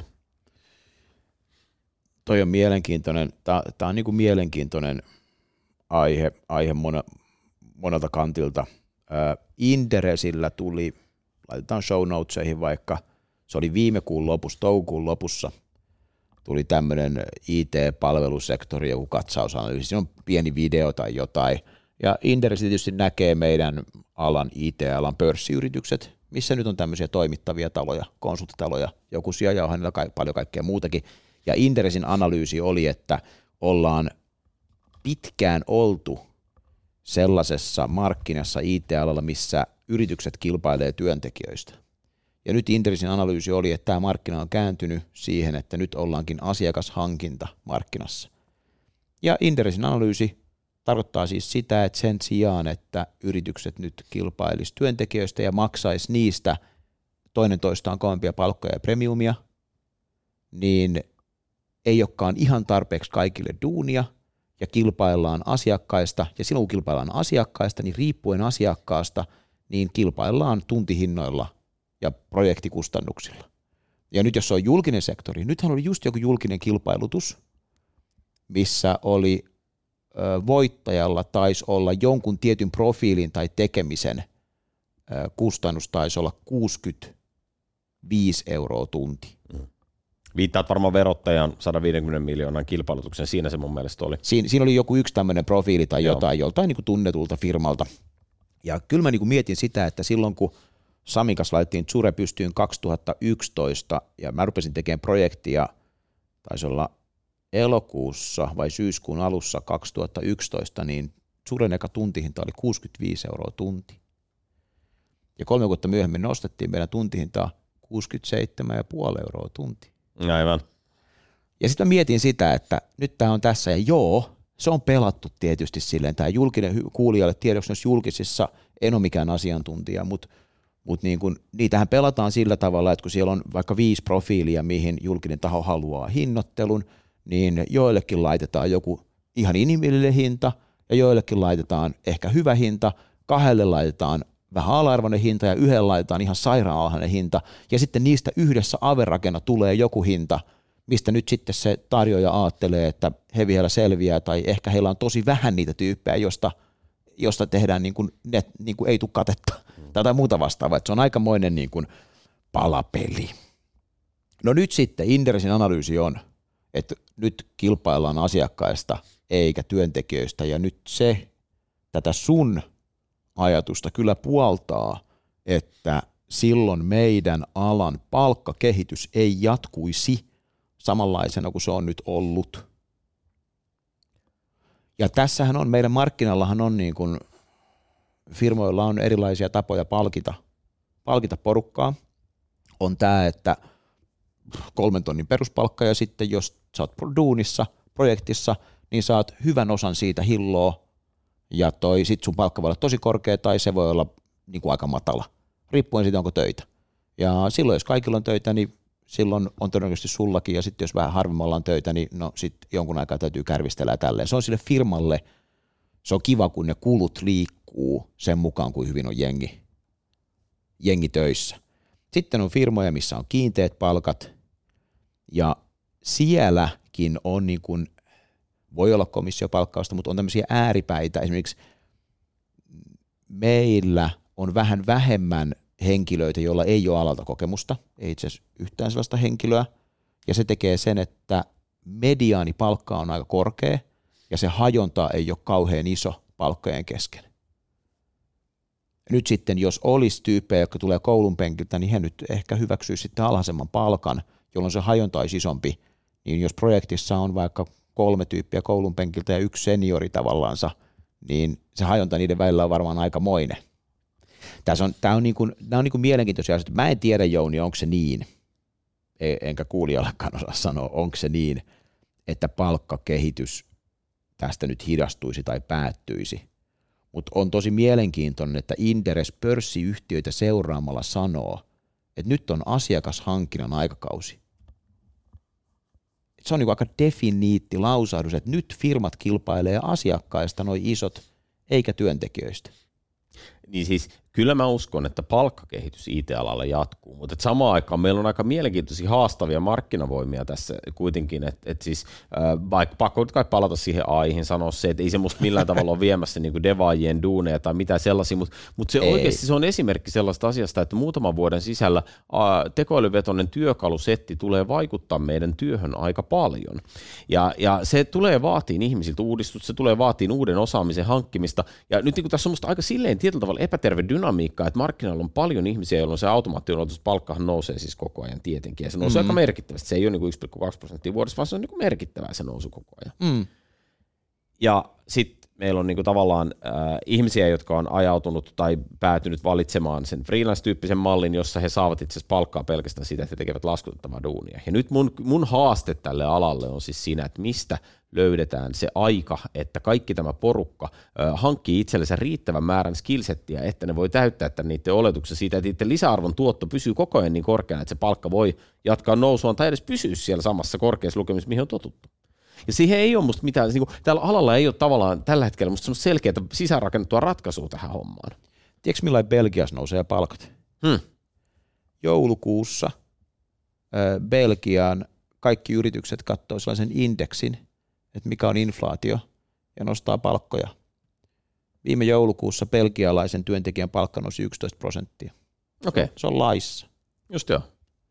Toi on mielenkiintoinen, tämä on niin kuin mielenkiintoinen aihe monelta kantilta. Inderesillä tuli, laitetaan show notesihin vaikka, se oli viime kuun lopussa, toukokuun lopussa, tuli tämmöinen IT-palvelusektori, joku katsausanalyysi, siinä on pieni video tai jotain, ja Inderes tietysti näkee meidän alan IT-alan pörssiyritykset, missä nyt on tämmöisiä toimittavia taloja, konsulttitaloja, joku ja on paljon kaikkea muutakin, ja Inderesin analyysi oli, että ollaan pitkään oltu sellaisessa markkinassa IT-alalla, missä yritykset kilpailee työntekijöistä. Ja nyt Inderesin analyysi oli, että tämä markkina on kääntynyt siihen, että nyt ollaankin asiakashankinta markkinassa. Ja Inderesin analyysi tarkoittaa siis sitä, että sen sijaan, että yritykset nyt kilpailisi työntekijöistä ja maksaisi niistä toinen toistaan kovempia palkkoja ja premiumia, niin ei olekaan ihan tarpeeksi kaikille duunia ja kilpaillaan asiakkaista. Ja silloin kun kilpaillaan asiakkaista, niin riippuen asiakkaasta, niin kilpaillaan tuntihinnoilla ja projektikustannuksilla. Ja nyt jos se on julkinen sektori, nythän oli just joku julkinen kilpailutus, missä oli voittajalla taisi olla jonkun tietyn profiilin tai tekemisen kustannus taisi olla 65 € tunti. Viittaat varmaan verottajan 150 miljoonan kilpailutuksen, siinä se mun mielestä oli. Siinä oli joku yksi tämmöinen profiili tai jotain, joltain niin kuin tunnetulta firmalta. Ja kyllä mä niin kuin mietin sitä, että silloin kun Samin kanssa laitettiin Zure pystyyn 2011 ja mä rupesin tekemään projektia, taisi olla elokuussa vai syyskuun alussa 2011, niin Zuren eka tuntihinta oli 65 € tunti. Ja 3 vuotta myöhemmin nostettiin meidän tuntihintaa 67,5 € tunti. Aivan. Ja sitten mä mietin sitä, että nyt tämä on tässä ja se on pelattu tietysti silleen, tämä julkinen kuulijalle tiedoksi noissa julkisissa, en ole mikään asiantuntija, mutta niin kun, niitähän pelataan sillä tavalla, että kun siellä on vaikka 5 profiilia, mihin julkinen taho haluaa hinnoittelun, niin joillekin laitetaan joku ihan inhimillinen hinta, ja joillekin laitetaan ehkä hyvä hinta, 2 laitetaan vähän ala-arvoinen hinta, ja 1 laitetaan ihan sairaan alhainen hinta, ja sitten niistä yhdessä averagena tulee joku hinta, mistä nyt sitten se tarjoaja ajattelee, että he vielä selviää, tai ehkä heillä on tosi vähän niitä tyyppejä, josta tehdään niin kuin ei tule katetta, tai muuta vastaavaa, että se on aikamoinen niin kuin palapeli. No nyt sitten Inderesin analyysi on, että nyt kilpaillaan asiakkaista eikä työntekijöistä, ja nyt se tätä sun ajatusta kyllä puoltaa, että silloin meidän alan palkkakehitys ei jatkuisi samanlaisena kuin se on nyt ollut. Ja tässähän on, meidän markkinallahan on niin kuin, firmoilla on erilaisia tapoja palkita porukkaa. On tämä, että 3 tonnin peruspalkka, ja sitten jos sä oot duunissa, projektissa, niin saat hyvän osan siitä hilloa, ja sit sun palkka voi olla tosi korkea, tai se voi olla niin kuin aika matala, riippuen siitä, onko töitä. Ja silloin, jos kaikilla on töitä, niin silloin on todennäköisesti sullakin, ja sitten jos vähän harvemmalla on töitä, niin no sitten jonkun aikaa täytyy kärvistellä tälleen. Se on sille firmalle, se on kiva, kun ne kulut liikkuu sen mukaan, kuin hyvin on jengi töissä. Sitten on firmoja, missä on kiinteät palkat, ja sielläkin on niin kuin, voi olla komissiopalkkausta, mutta on tämmöisiä ääripäitä. Esimerkiksi meillä on vähän vähemmän henkilöitä, joilla ei ole alalta kokemusta, ei itse asiassa yhtään sellaista henkilöä, ja se tekee sen, että mediaanipalkka on aika korkea, ja se hajonta ei ole kauhean iso palkkojen kesken. Nyt sitten, jos olisi tyyppejä, jotka tulee koulun penkiltä, niin he nyt ehkä hyväksyisi sitten alhaisemman palkan, jolloin se hajonta olisi isompi, niin jos projektissa on vaikka 3 tyyppiä koulun penkiltä ja 1 seniori tavallaansa, niin se hajonta niiden välillä on varmaan aikamoinen. Nämä on niin kuin mielenkiintoisia asioita. Mä en tiedä, Jouni, onko se niin, enkä kuulijallekaan osaa sanoa, onko se niin, että palkkakehitys tästä nyt hidastuisi tai päättyisi. Mutta on tosi mielenkiintoinen, että Inderes pörssiyhtiöitä seuraamalla sanoo, että nyt on asiakashankinnan aikakausi. Se on niin aika definiitti lausahdus, että nyt firmat kilpailee asiakkaista noi isot, eikä työntekijöistä. Niin siis kyllä mä uskon, että palkkakehitys IT-alalla jatkuu, mutta samaan aikaan meillä on aika mielenkiintoisia haastavia markkinavoimia tässä kuitenkin, että siis vaikka pakko kai palata siihen aihin, sanoa se, että ei se musta millään tavalla ole viemässä niin kuin devaajien duuneja tai mitään sellaisia, mutta se oikeasti se on esimerkki sellaista asiasta, että muutaman vuoden sisällä tekoälyvetoinen työkalusetti tulee vaikuttaa meidän työhön aika paljon. Ja se tulee vaatiin ihmisiltä uudistusta, se tulee vaatiin uuden osaamisen hankkimista, ja nyt niin kuin tässä on musta aika silleen tietyllä tavalla epäterve dynamiikkaa, että markkinoilla on paljon ihmisiä, jolloin se automaattiodotuspalkkahan nousee siis koko ajan tietenkin, ja se nousee aika merkittävästi. Se ei ole niin kuin 1,2% vuodessa, vaan se on niin kuin merkittävää se nousu koko ajan. Ja sitten meillä on niin kuin tavallaan ihmisiä, jotka on ajautunut tai päätynyt valitsemaan sen freelance-tyyppisen mallin, jossa he saavat itse asiassa palkkaa pelkästään siitä, että he tekevät laskutettavaa duunia. Ja nyt mun haaste tälle alalle on siis siinä, että mistä löydetään se aika, että kaikki tämä porukka hankkii itsellensä riittävän määrän skillsettiä, että ne voi täyttää niiden oletuksia siitä, että niiden lisäarvon tuotto pysyy koko ajan niin korkeana, että se palkka voi jatkaa nousuaan tai edes pysyä siellä samassa korkeassa lukemissa, mihin on totuttu. Ja siihen ei ole musta mitään, niin kuin, tällä alalla ei ole tavallaan tällä hetkellä musta semmoista selkeää sisäänrakennettua ratkaisua tähän hommaan. Tiedätkö millainen Belgiassa nousee palkat? Joulukuussa Belgian kaikki yritykset katsoo sellaisen indeksin, että mikä on inflaatio, ja nostaa palkkoja. Viime joulukuussa belgialaisen työntekijän palkka nousi 11%. Okei. Se on laissa. Just joo.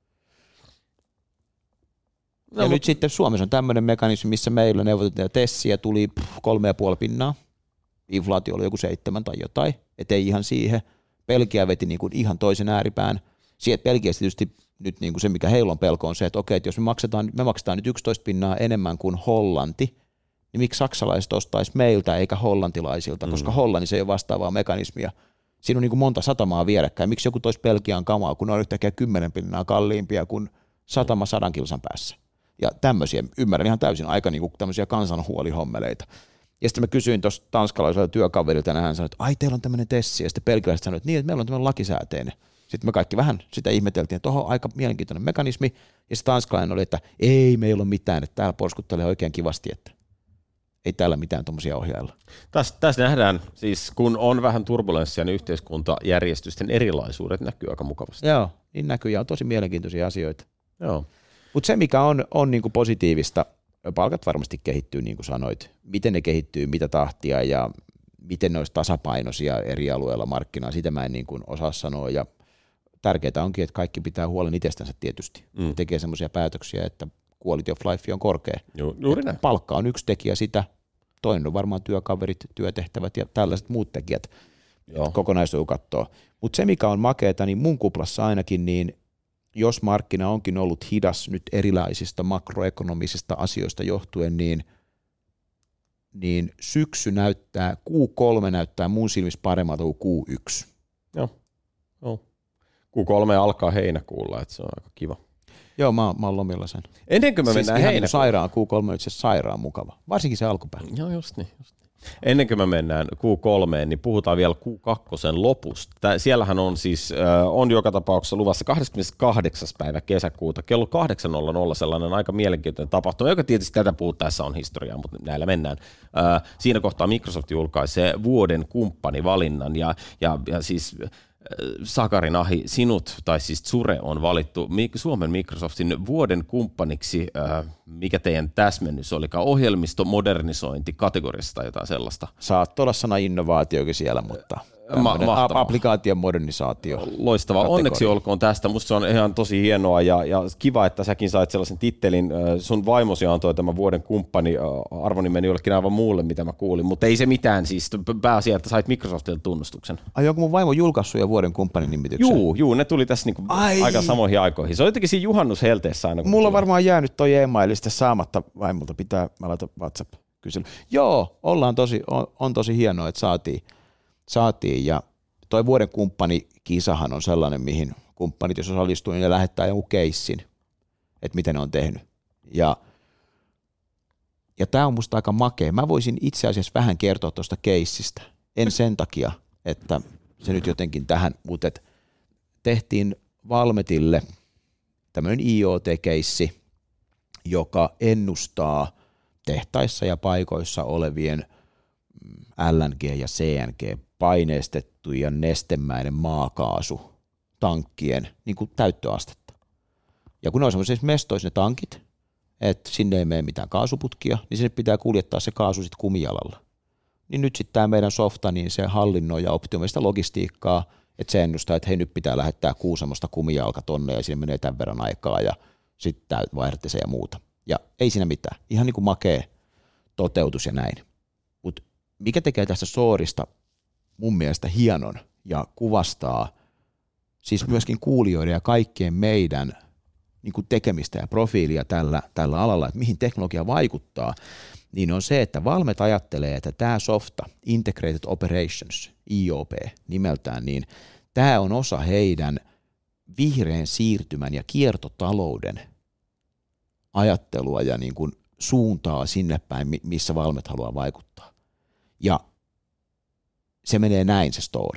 Ja nyt sitten Suomessa on tämmöinen mekanismi, missä meillä neuvoteltiin tessiä, tuli 3,5%. Inflaatio oli joku 7 tai jotain, ettei ihan siihen. Belgia veti niin kuin ihan toisen ääripään. Sieltä Belgiassa tietysti nyt niin kuin se, mikä heillä on pelko, on se, että okei, että jos me maksetaan nyt 11% enemmän kuin Hollanti, niin miksi saksalaiset ostaisi meiltä eikä hollantilaisilta, koska Hollannissa ei ole vastaavaa mekanismia. Siinä on niin kuin monta satamaa vierekkäin. Miksi joku toisi Belgian kamaa, kun on yhtäkkiä 10% kalliimpia kuin satama 100 kilsan päässä? Ja tämmöisiä, ymmärrän ihan täysin, aika niin kuin tämmöisiä kansanhuolihommeleita. Ja sitten mä kysyin tuosta tanskalaiselta työkaverilta, ja hän sanoi, että ai, teillä on tämmöinen tessi, ja sitten belgialaiset sanoivat, että niin, että meillä on tämmöinen lakisääteinen. Sitten me kaikki vähän sitä ihmeteltiin, että tuohon on aika mielenkiintoinen mekanismi, ja se tanskalainen oli, että ei meillä ole mitään, että täällä porskuttelee oikein kivasti, että ei täällä mitään tuommoisia ohjailla. Tässä nähdään, siis kun on vähän turbulenssia, niin yhteiskuntajärjestysten erilaisuudet näkyy aika mukavasti. Joo, niin näkyy, ja on tosi mielenkiintoisia asioita. Joo. Mutta se, mikä on niinku positiivista, palkat varmasti kehittyy, niin kuin sanoit. Miten ne kehittyy, mitä tahtia ja miten ne olisi tasapainoisia eri alueilla markkinaa, sitä mä en niin kuin osaa sanoa. Ja tärkeää onkin, että kaikki pitää huolen itsestänsä tietysti. Tekee semmoisia päätöksiä, että quality of life on korkea. Juuri näin. Palkka on yksi tekijä sitä, toinen on varmaan työkaverit, työtehtävät ja tällaiset muut tekijät. Kokonaisuus katsoo. Mutta se, mikä on makeeta, niin mun kuplassa ainakin, niin jos markkina onkin ollut hidas nyt erilaisista makroekonomisista asioista johtuen, niin syksy näyttää, Q3 näyttää mun silmissä paremmalta kuin Q1. Joo. Q3 alkaa heinäkuulla, että se on aika kiva. Joo, mä oon lomilla sen. Ennen kuin me siis mennään heinäkuulla. Sairaan, Q3 on itse sairaan mukava, varsinkin se alkupäivä. Joo, just niin. Ennen kuin me mennään Q3, niin puhutaan vielä Q2 lopusta. Siellähän on siis, on joka tapauksessa luvassa 28. päivä kesäkuuta kello 8.00 sellainen aika mielenkiintoinen tapahtuma, joka tietysti tätä puhuttaessa on historiaa, mutta näillä mennään. Siinä kohtaa Microsoft julkaisee vuoden kumppanivalinnan ja siis Sakarin Ahi, sinut, tai siis Zure on valittu Suomen Microsoftin vuoden kumppaniksi, mikä teidän täsmennys olikaan, ohjelmistomodernisointi kategoriasta tai jotain sellaista. Saattaa olla sana innovaatiokin siellä, mutta applikaation modernisaatio. Loistavaa, onneksi olkoon tästä, musta se on ihan tosi hienoa ja kiva, että säkin sait sellaisen tittelin, sun vaimosi antoi tämän vuoden kumppani, arvoni meni jollekin aivan muulle, mitä mä kuulin, mutta ei se mitään siis, pääasia, että sait Microsoftilta tunnustuksen. Ai onko mun vaimo julkaissut jo vuoden kumppanin nimityksen? Juu, ne tuli tässä niinku aika samoihin aikoihin. Se on jotenkin siinä juhannushelteessä aina. Mulla on varmaan jäänyt toi e-maili sitten saamatta vaimolta, mä laitan WhatsApp-kysely. Joo, on tosi hienoa, että saatiin ja toi vuoden kumppanikisahan on sellainen, mihin kumppanit, jos osallistuu, niin ne lähettää jonkun keissin, että miten ne on tehnyt. Ja tää on musta aika makea. Mä voisin itse asiassa vähän kertoa tuosta keissistä. En sen takia, että se nyt jotenkin tähän, mutta tehtiin Valmetille tämmöinen IoT-keissi, joka ennustaa tehtaissa ja paikoissa olevien LNG ja CNG paineistettuja nestemäinen maakaasu tankkien niin kuin täyttöastetta. Ja kun ne on semmoisessa mestoissa ne tankit, että sinne ei mene mitään kaasuputkia, niin sinne pitää kuljettaa se kaasu sitten kumijalalla. Niin nyt sitten tämä meidän softa, niin se hallinnoi ja optimoi sitä logistiikkaa, että se ennustaa, että hei nyt pitää lähettää Kuusamosta kumijalka tonne ja sinne menee tämän verran aikaa ja sitten vaihdatte se ja muuta. Ja ei siinä mitään. Ihan niin kuin makea toteutus ja näin. Mutta mikä tekee tästä soorista mun mielestä hienon ja kuvastaa siis myöskin kuulijoiden ja kaikkien meidän niin kuin tekemistä ja profiilia tällä alalla, että mihin teknologia vaikuttaa, niin on se, että Valmet ajattelee, että tämä softa, Integrated Operations, IOP nimeltään, niin tämä on osa heidän vihreän siirtymän ja kiertotalouden ajattelua ja niin kuin suuntaa sinne päin, missä Valmet haluaa vaikuttaa. Ja se menee näin se story.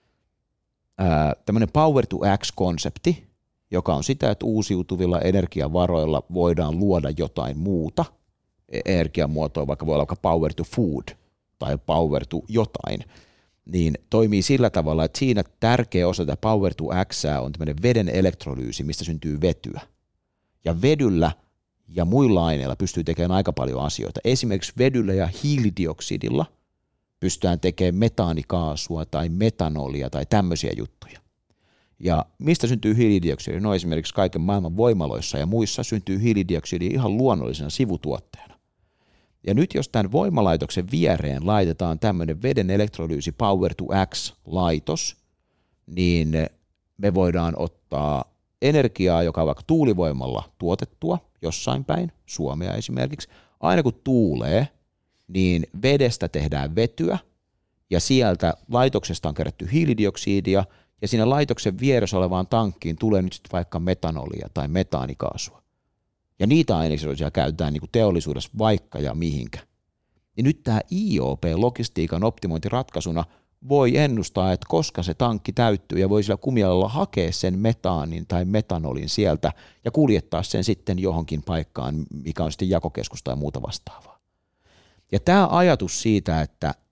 Tämmöinen Power to X-konsepti, joka on sitä, että uusiutuvilla energiavaroilla voidaan luoda jotain muuta energiamuotoa, vaikka voi olla vaikka Power to Food tai Power to jotain, niin toimii sillä tavalla, että siinä tärkeä osa tätä Power to X on tämmöinen veden elektrolyysi, mistä syntyy vetyä. Ja vedyllä ja muilla aineilla pystyy tekemään aika paljon asioita. Esimerkiksi vedyllä ja hiilidioksidilla pystytään tekemään metaanikaasua tai metanolia tai tämmöisiä juttuja. Ja mistä syntyy hiilidioksidi? No esimerkiksi kaiken maailman voimaloissa ja muissa syntyy hiilidioksidi ihan luonnollisena sivutuotteena. Ja nyt jos tämän voimalaitoksen viereen laitetaan tämmöinen veden elektrolyysi Power to X-laitos, niin me voidaan ottaa energiaa, joka on vaikka tuulivoimalla tuotettua jossain päin, Suomea esimerkiksi. Aina kun tuulee, niin vedestä tehdään vetyä ja sieltä laitoksesta on kerätty hiilidioksidia ja siinä laitoksen vieressä olevaan tankkiin tulee nyt sitten vaikka metanolia tai metaanikaasua. Ja niitä aineisia käytetään niin kuin teollisuudessa vaikka ja mihinkä. niin nyt tämä IOP-logistiikan optimointiratkaisuna voi ennustaa, että koska se tankki täyttyy ja voi sillä kumialalla hakea sen metaanin tai metanolin sieltä ja kuljettaa sen sitten johonkin paikkaan, mikä on sitten jakokeskus tai muuta vastaavaa. Ja tämä ajatus siitä,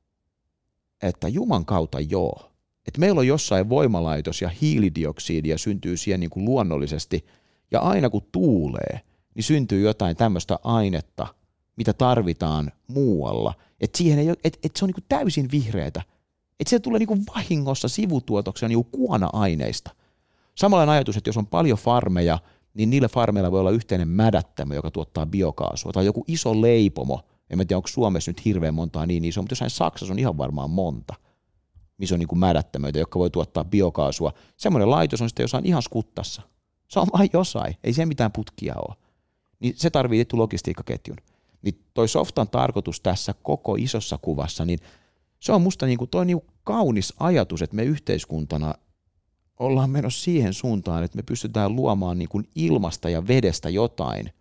että Juman kautta joo, että meillä on jossain voimalaitos ja hiilidioksidia syntyy siihen niin kuin luonnollisesti ja aina kun tuulee, niin syntyy jotain tämmöistä ainetta, mitä tarvitaan muualla, että siihen ei ole, että se on niin kuin täysin vihreätä. Että se tulee niinku vahingossa sivutuotoksena niinku kuona-aineista. Samanlainen ajatus, että jos on paljon farmeja, niin niillä farmeilla voi olla yhteinen mädättämö, joka tuottaa biokaasua, tai joku iso leipomo. En tiedä, onko Suomessa nyt hirveän montaa niin iso, mutta jossain Saksassa on ihan varmaan monta, missä on niinku mädättämöitä, jotka voi tuottaa biokaasua. Semmoinen laitos on sitten jossain ihan skuttassa. Se on vain jossain, ei siellä mitään putkia ole. Niin se tarvitsee tietty logistiikkaketjun. Niin toi softan tarkoitus tässä koko isossa kuvassa, niin se on musta niinku toi niinku kaunis ajatus, että me yhteiskuntana ollaan menossa siihen suuntaan, että me pystytään luomaan niinku ilmasta ja vedestä jotain,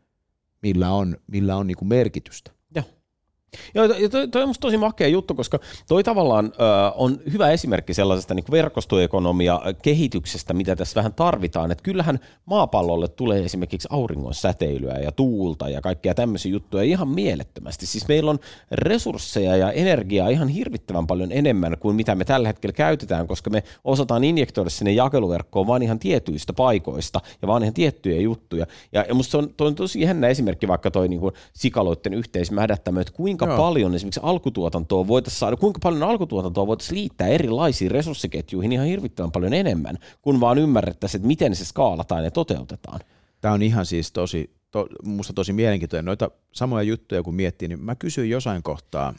millä on niinku merkitystä. Joo, toi on musta tosi makea juttu, koska toi tavallaan on hyvä esimerkki sellaisesta niin verkostoekonomia kehityksestä, mitä tässä vähän tarvitaan, että kyllähän maapallolle tulee esimerkiksi auringon säteilyä ja tuulta ja kaikkea tämmöisiä juttuja ihan mielettömästi. Siis meillä on resursseja ja energiaa ihan hirvittävän paljon enemmän kuin mitä me tällä hetkellä käytetään, koska me osataan injektoida sinne jakeluverkkoon vaan ihan tietyistä paikoista ja vaan ihan tiettyjä juttuja. Ja musta toi on tosi jännä esimerkki vaikka toi niin kuin sikaloitten yhteismädättämö, että kuinka paljon esimerkiksi alkutuotantoa voitaisiin saada, kuinka paljon alkutuotantoa voitaisiin liittää erilaisiin resurssiketjuihin ihan hirvittävän paljon enemmän, kun vaan ymmärrettäisiin, että miten se skaalataan ja toteutetaan. Tämä on ihan siis musta tosi mielenkiintoinen. Noita samoja juttuja kun miettii, niin mä kysyin jossain kohtaa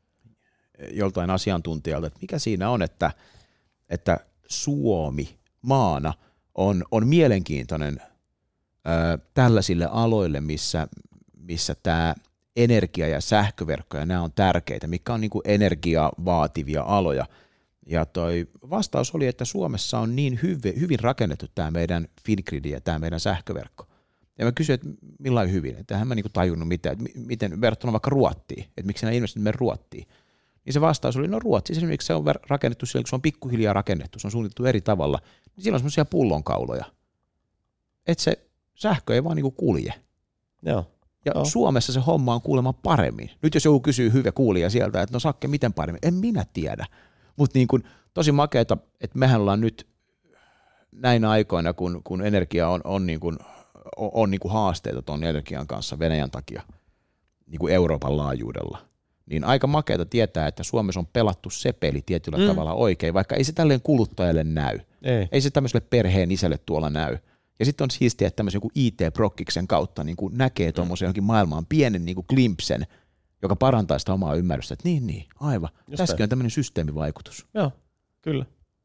joltain asiantuntijalta, että mikä siinä on, että Suomi maana on mielenkiintoinen tällaisille aloille, missä tämä energia- ja sähköverkko, ja nämä on tärkeitä, mikä on niin kuin energiavaativia aloja. Ja toi vastaus oli, että Suomessa on niin hyvin rakennettu tämä meidän Fingrid ja tämä meidän sähköverkko. Ja mä kysyin, että millain hyvin, että hän mä niin tajunnut miten verrattuna vaikka Ruottiin, että miksi nämä investoinnit menee Ruottiin. Niin se vastaus oli, no Ruotsissa esimerkiksi se on rakennettu silloin, kun se on pikkuhiljaa rakennettu, se on suunniteltu eri tavalla, niin siellä on semmoisia pullonkauloja, että se sähkö ei vaan niin kuin kulje. Joo. Ja Suomessa se homma on kuulemma paremmin. Nyt jos joku kysyy hyvä kuulija sieltä, että no Sakke, miten paremmin? En minä tiedä. Mutta niin tosi makeata, että mehän ollaan nyt näinä aikoina, kun energia on niin kuin haasteita tuon energian kanssa Venäjän takia niin kuin Euroopan laajuudella. Niin aika makeata tietää, että Suomessa on pelattu se peli tietyllä tavalla oikein, vaikka ei se tälleen kuluttajalle näy. Ei se tämmöiselle perheen isälle tuolla näy. Ja sitten on siistiä, että tämmöisen IT-prokkiksen kautta niin kuin näkee tuommoisen johonkin maailmaan pienen niin kuin glimpsen, joka parantaa sitä omaa ymmärrystä, että niin, aivan. Tässäkin on tämmöinen systeemivaikutus. Joo, kyllä.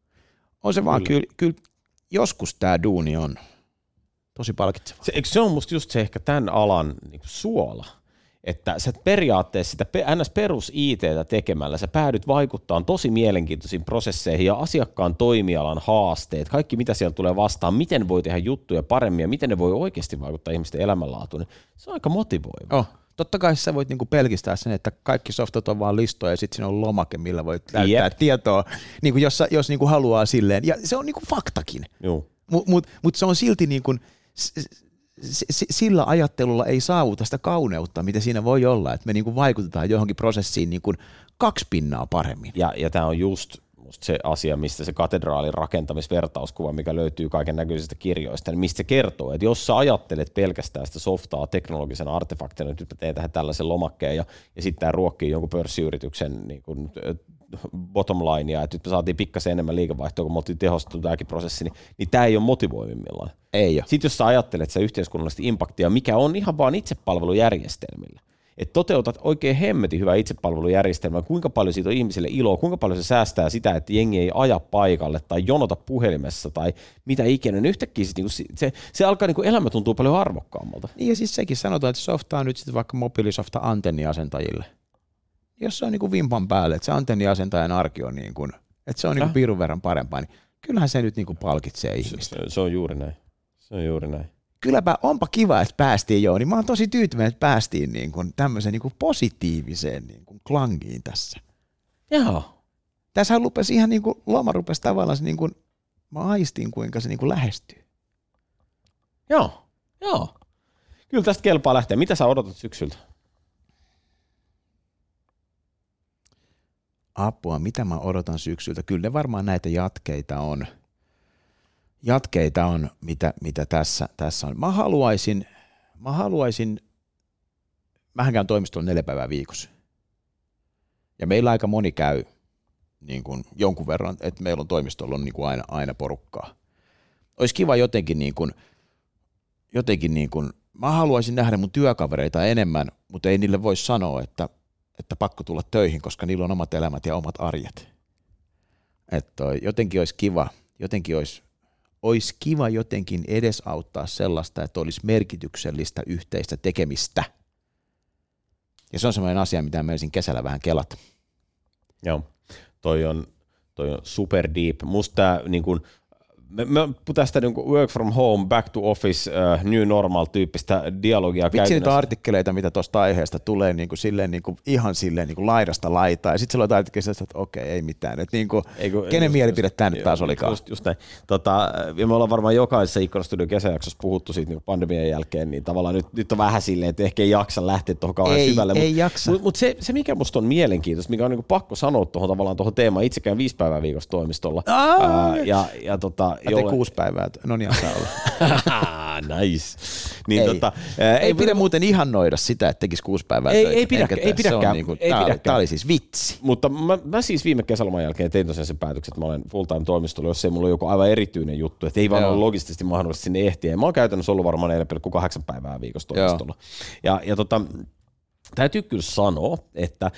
On se vaan, kyllä joskus tämä duuni on tosi palkitseva. Se on musta just se ehkä tämän alan niin suola, että sä periaatteessa sitä NS-perus IT:tä tekemällä sä päädyt vaikuttamaan tosi mielenkiintoisiin prosesseihin ja asiakkaan toimialan haasteet, kaikki mitä siellä tulee vastaan, miten voi tehdä juttuja paremmin ja miten ne voi oikeasti vaikuttaa ihmisten elämänlaatuun, niin se on aika motivoiva. Totta kai sä voit niinku pelkistää sen, että kaikki softat on vaan listoja ja sitten siinä on lomake, millä voit täyttää tietoa, niinku jos niinku haluaa silleen. Ja se on niinku faktakin. Mut se on silti niinku, sillä ajattelulla ei saavuta sitä kauneutta, mitä siinä voi olla, että me niinku vaikutetaan johonkin prosessiin niinku 2 pinnaa paremmin. Ja tämä on just se asia, mistä se katedraalin rakentamisvertauskuva, mikä löytyy kaiken näköisistä kirjoista, niin mistä se kertoo, että jos sä ajattelet pelkästään sitä softaa teknologisena artefaktina, nyt mä teen tähän tällaisen lomakkeen ja sitten tämä ruokkii jonkun pörssiyrityksen niin kuin bottom linea, että nyt me saatiin pikkasen enemmän liikevaihtoa, kun me oltiin tehostettu tämäkin prosessi, niin tämä ei ole motivoivimmillaan. Ei ole. Sitten jos sä ajattelet sitä yhteiskunnallista impaktia, mikä on ihan vaan itsepalvelujärjestelmillä, että toteutat oikein hemmetin hyvä itsepalvelujärjestelmä, kuinka paljon siitä on ihmisille iloa, kuinka paljon se säästää sitä, että jengi ei aja paikalle tai jonota puhelimessa tai mitä ikinä, niin yhtäkkiä se alkaa elämä tuntuu paljon arvokkaammalta. Niin ja siis sekin sanotaan, että softa on nyt sitten vaikka mobiilisofta antenniasentajille. Jos se on vimpan päälle, että se antenniasentajan arki on että se on pirun verran parempaa, niin kyllähän se nyt palkitsee ihmistä. Se on juuri näin. Se on juuri näin. Kylläpä onpa kiva, että päästiin niin mä oon tosi tyytyväinen, että päästiin tämmöiseen positiiviseen klangiin tässä. Joo. Tässähän rupesi ihan niin kuin, loma rupesi tavallaan se niin kuin, mä aistin kuinka se niin kuin lähestyy. Joo. Kyllä tästä kelpaa lähteä. Mitä sä odotat syksyltä? Apua, mitä mä odotan syksyltä? Kyllä ne varmaan näitä jatkeita on, mitä tässä on. Mähän käyn toimistolla 4 päivää viikossa. Ja meillä aika moni käy niin kuin jonkun verran, että meillä on toimistolla on niin kuin aina porukkaa. Olisi kiva jotenkin mä haluaisin nähdä mun työkavereita enemmän, mutta ei niille voi sanoa, että pakko tulla töihin, koska niillä on omat elämät ja omat arjet. Että jotenkin olisi kiva jotenkin edesauttaa sellaista, että olisi merkityksellistä yhteistä tekemistä. Ja se on sellainen asia, mitä mä olisin kesällä vähän kelata. Joo, toi on super deep. Musta tää niin kun, me tästä niin work from home, back to office, new normal -tyyppistä dialogia käytännössä. Vitsi niitä artikkeleita, mitä tuosta aiheesta tulee niin kuin silleen, niin kuin, ihan silleen niin kuin laidasta laitaan. Ja sitten sillä on artikkeleita, että okei, ei mitään. Että niin kuin, kenen mielipide tämä nyt taas olikaan? Just näin. Ja me ollaan varmaan jokaisessa Ikkuna-studion kesäjaksossa puhuttu siitä niin pandemian jälkeen, niin tavallaan nyt on vähän silleen, että ehkä ei jaksa lähteä tuohon kauhean syvälle. Ei jaksa. Mutta se, mikä musta on mielenkiintoista, mikä on niin kuin pakko sanoa tuohon teemaan, itsekään 5 päivää viikossa toimistolla. Te 6 päivää, no niin saa olla. Nice. Niin ei pidä muuten ihannoida sitä, että tekisi 6 päivää töitä. Ei pidäkään. Tämä oli siis vitsi. Mutta mä siis viime kesäloman jälkeen tein tosiaan sen päätöksen, että mä olen full-time toimistolla, jos ei mulla ole joku aivan erityinen juttu, että ei vaan ole logistisesti mahdollisesti sinne ehtiä. Mä oon käytännössä ollut varmaan 4,8 päivää viikossa toimistolla. Ja täytyy kyllä sanoa, että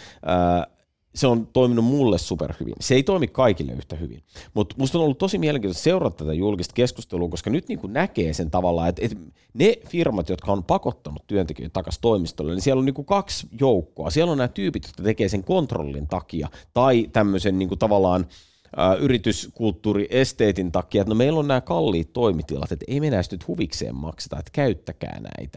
se on toiminut mulle superhyvin. Se ei toimi kaikille yhtä hyvin, mutta musta on ollut tosi mielenkiintoista seurata tätä julkista keskustelua, koska nyt niin kuin näkee sen tavallaan, että ne firmat, jotka on pakottanut työntekijöitä takaisin toimistolle, niin siellä on niin kuin 2 joukkoa. Siellä on nämä tyypit, jotka tekee sen kontrollin takia tai tämmöisen niin kuin tavallaan yrityskulttuuriesteetin takia, että no meillä on nämä kalliit toimitilat, että ei me näistä nyt huvikseen makseta, että käyttäkää näitä.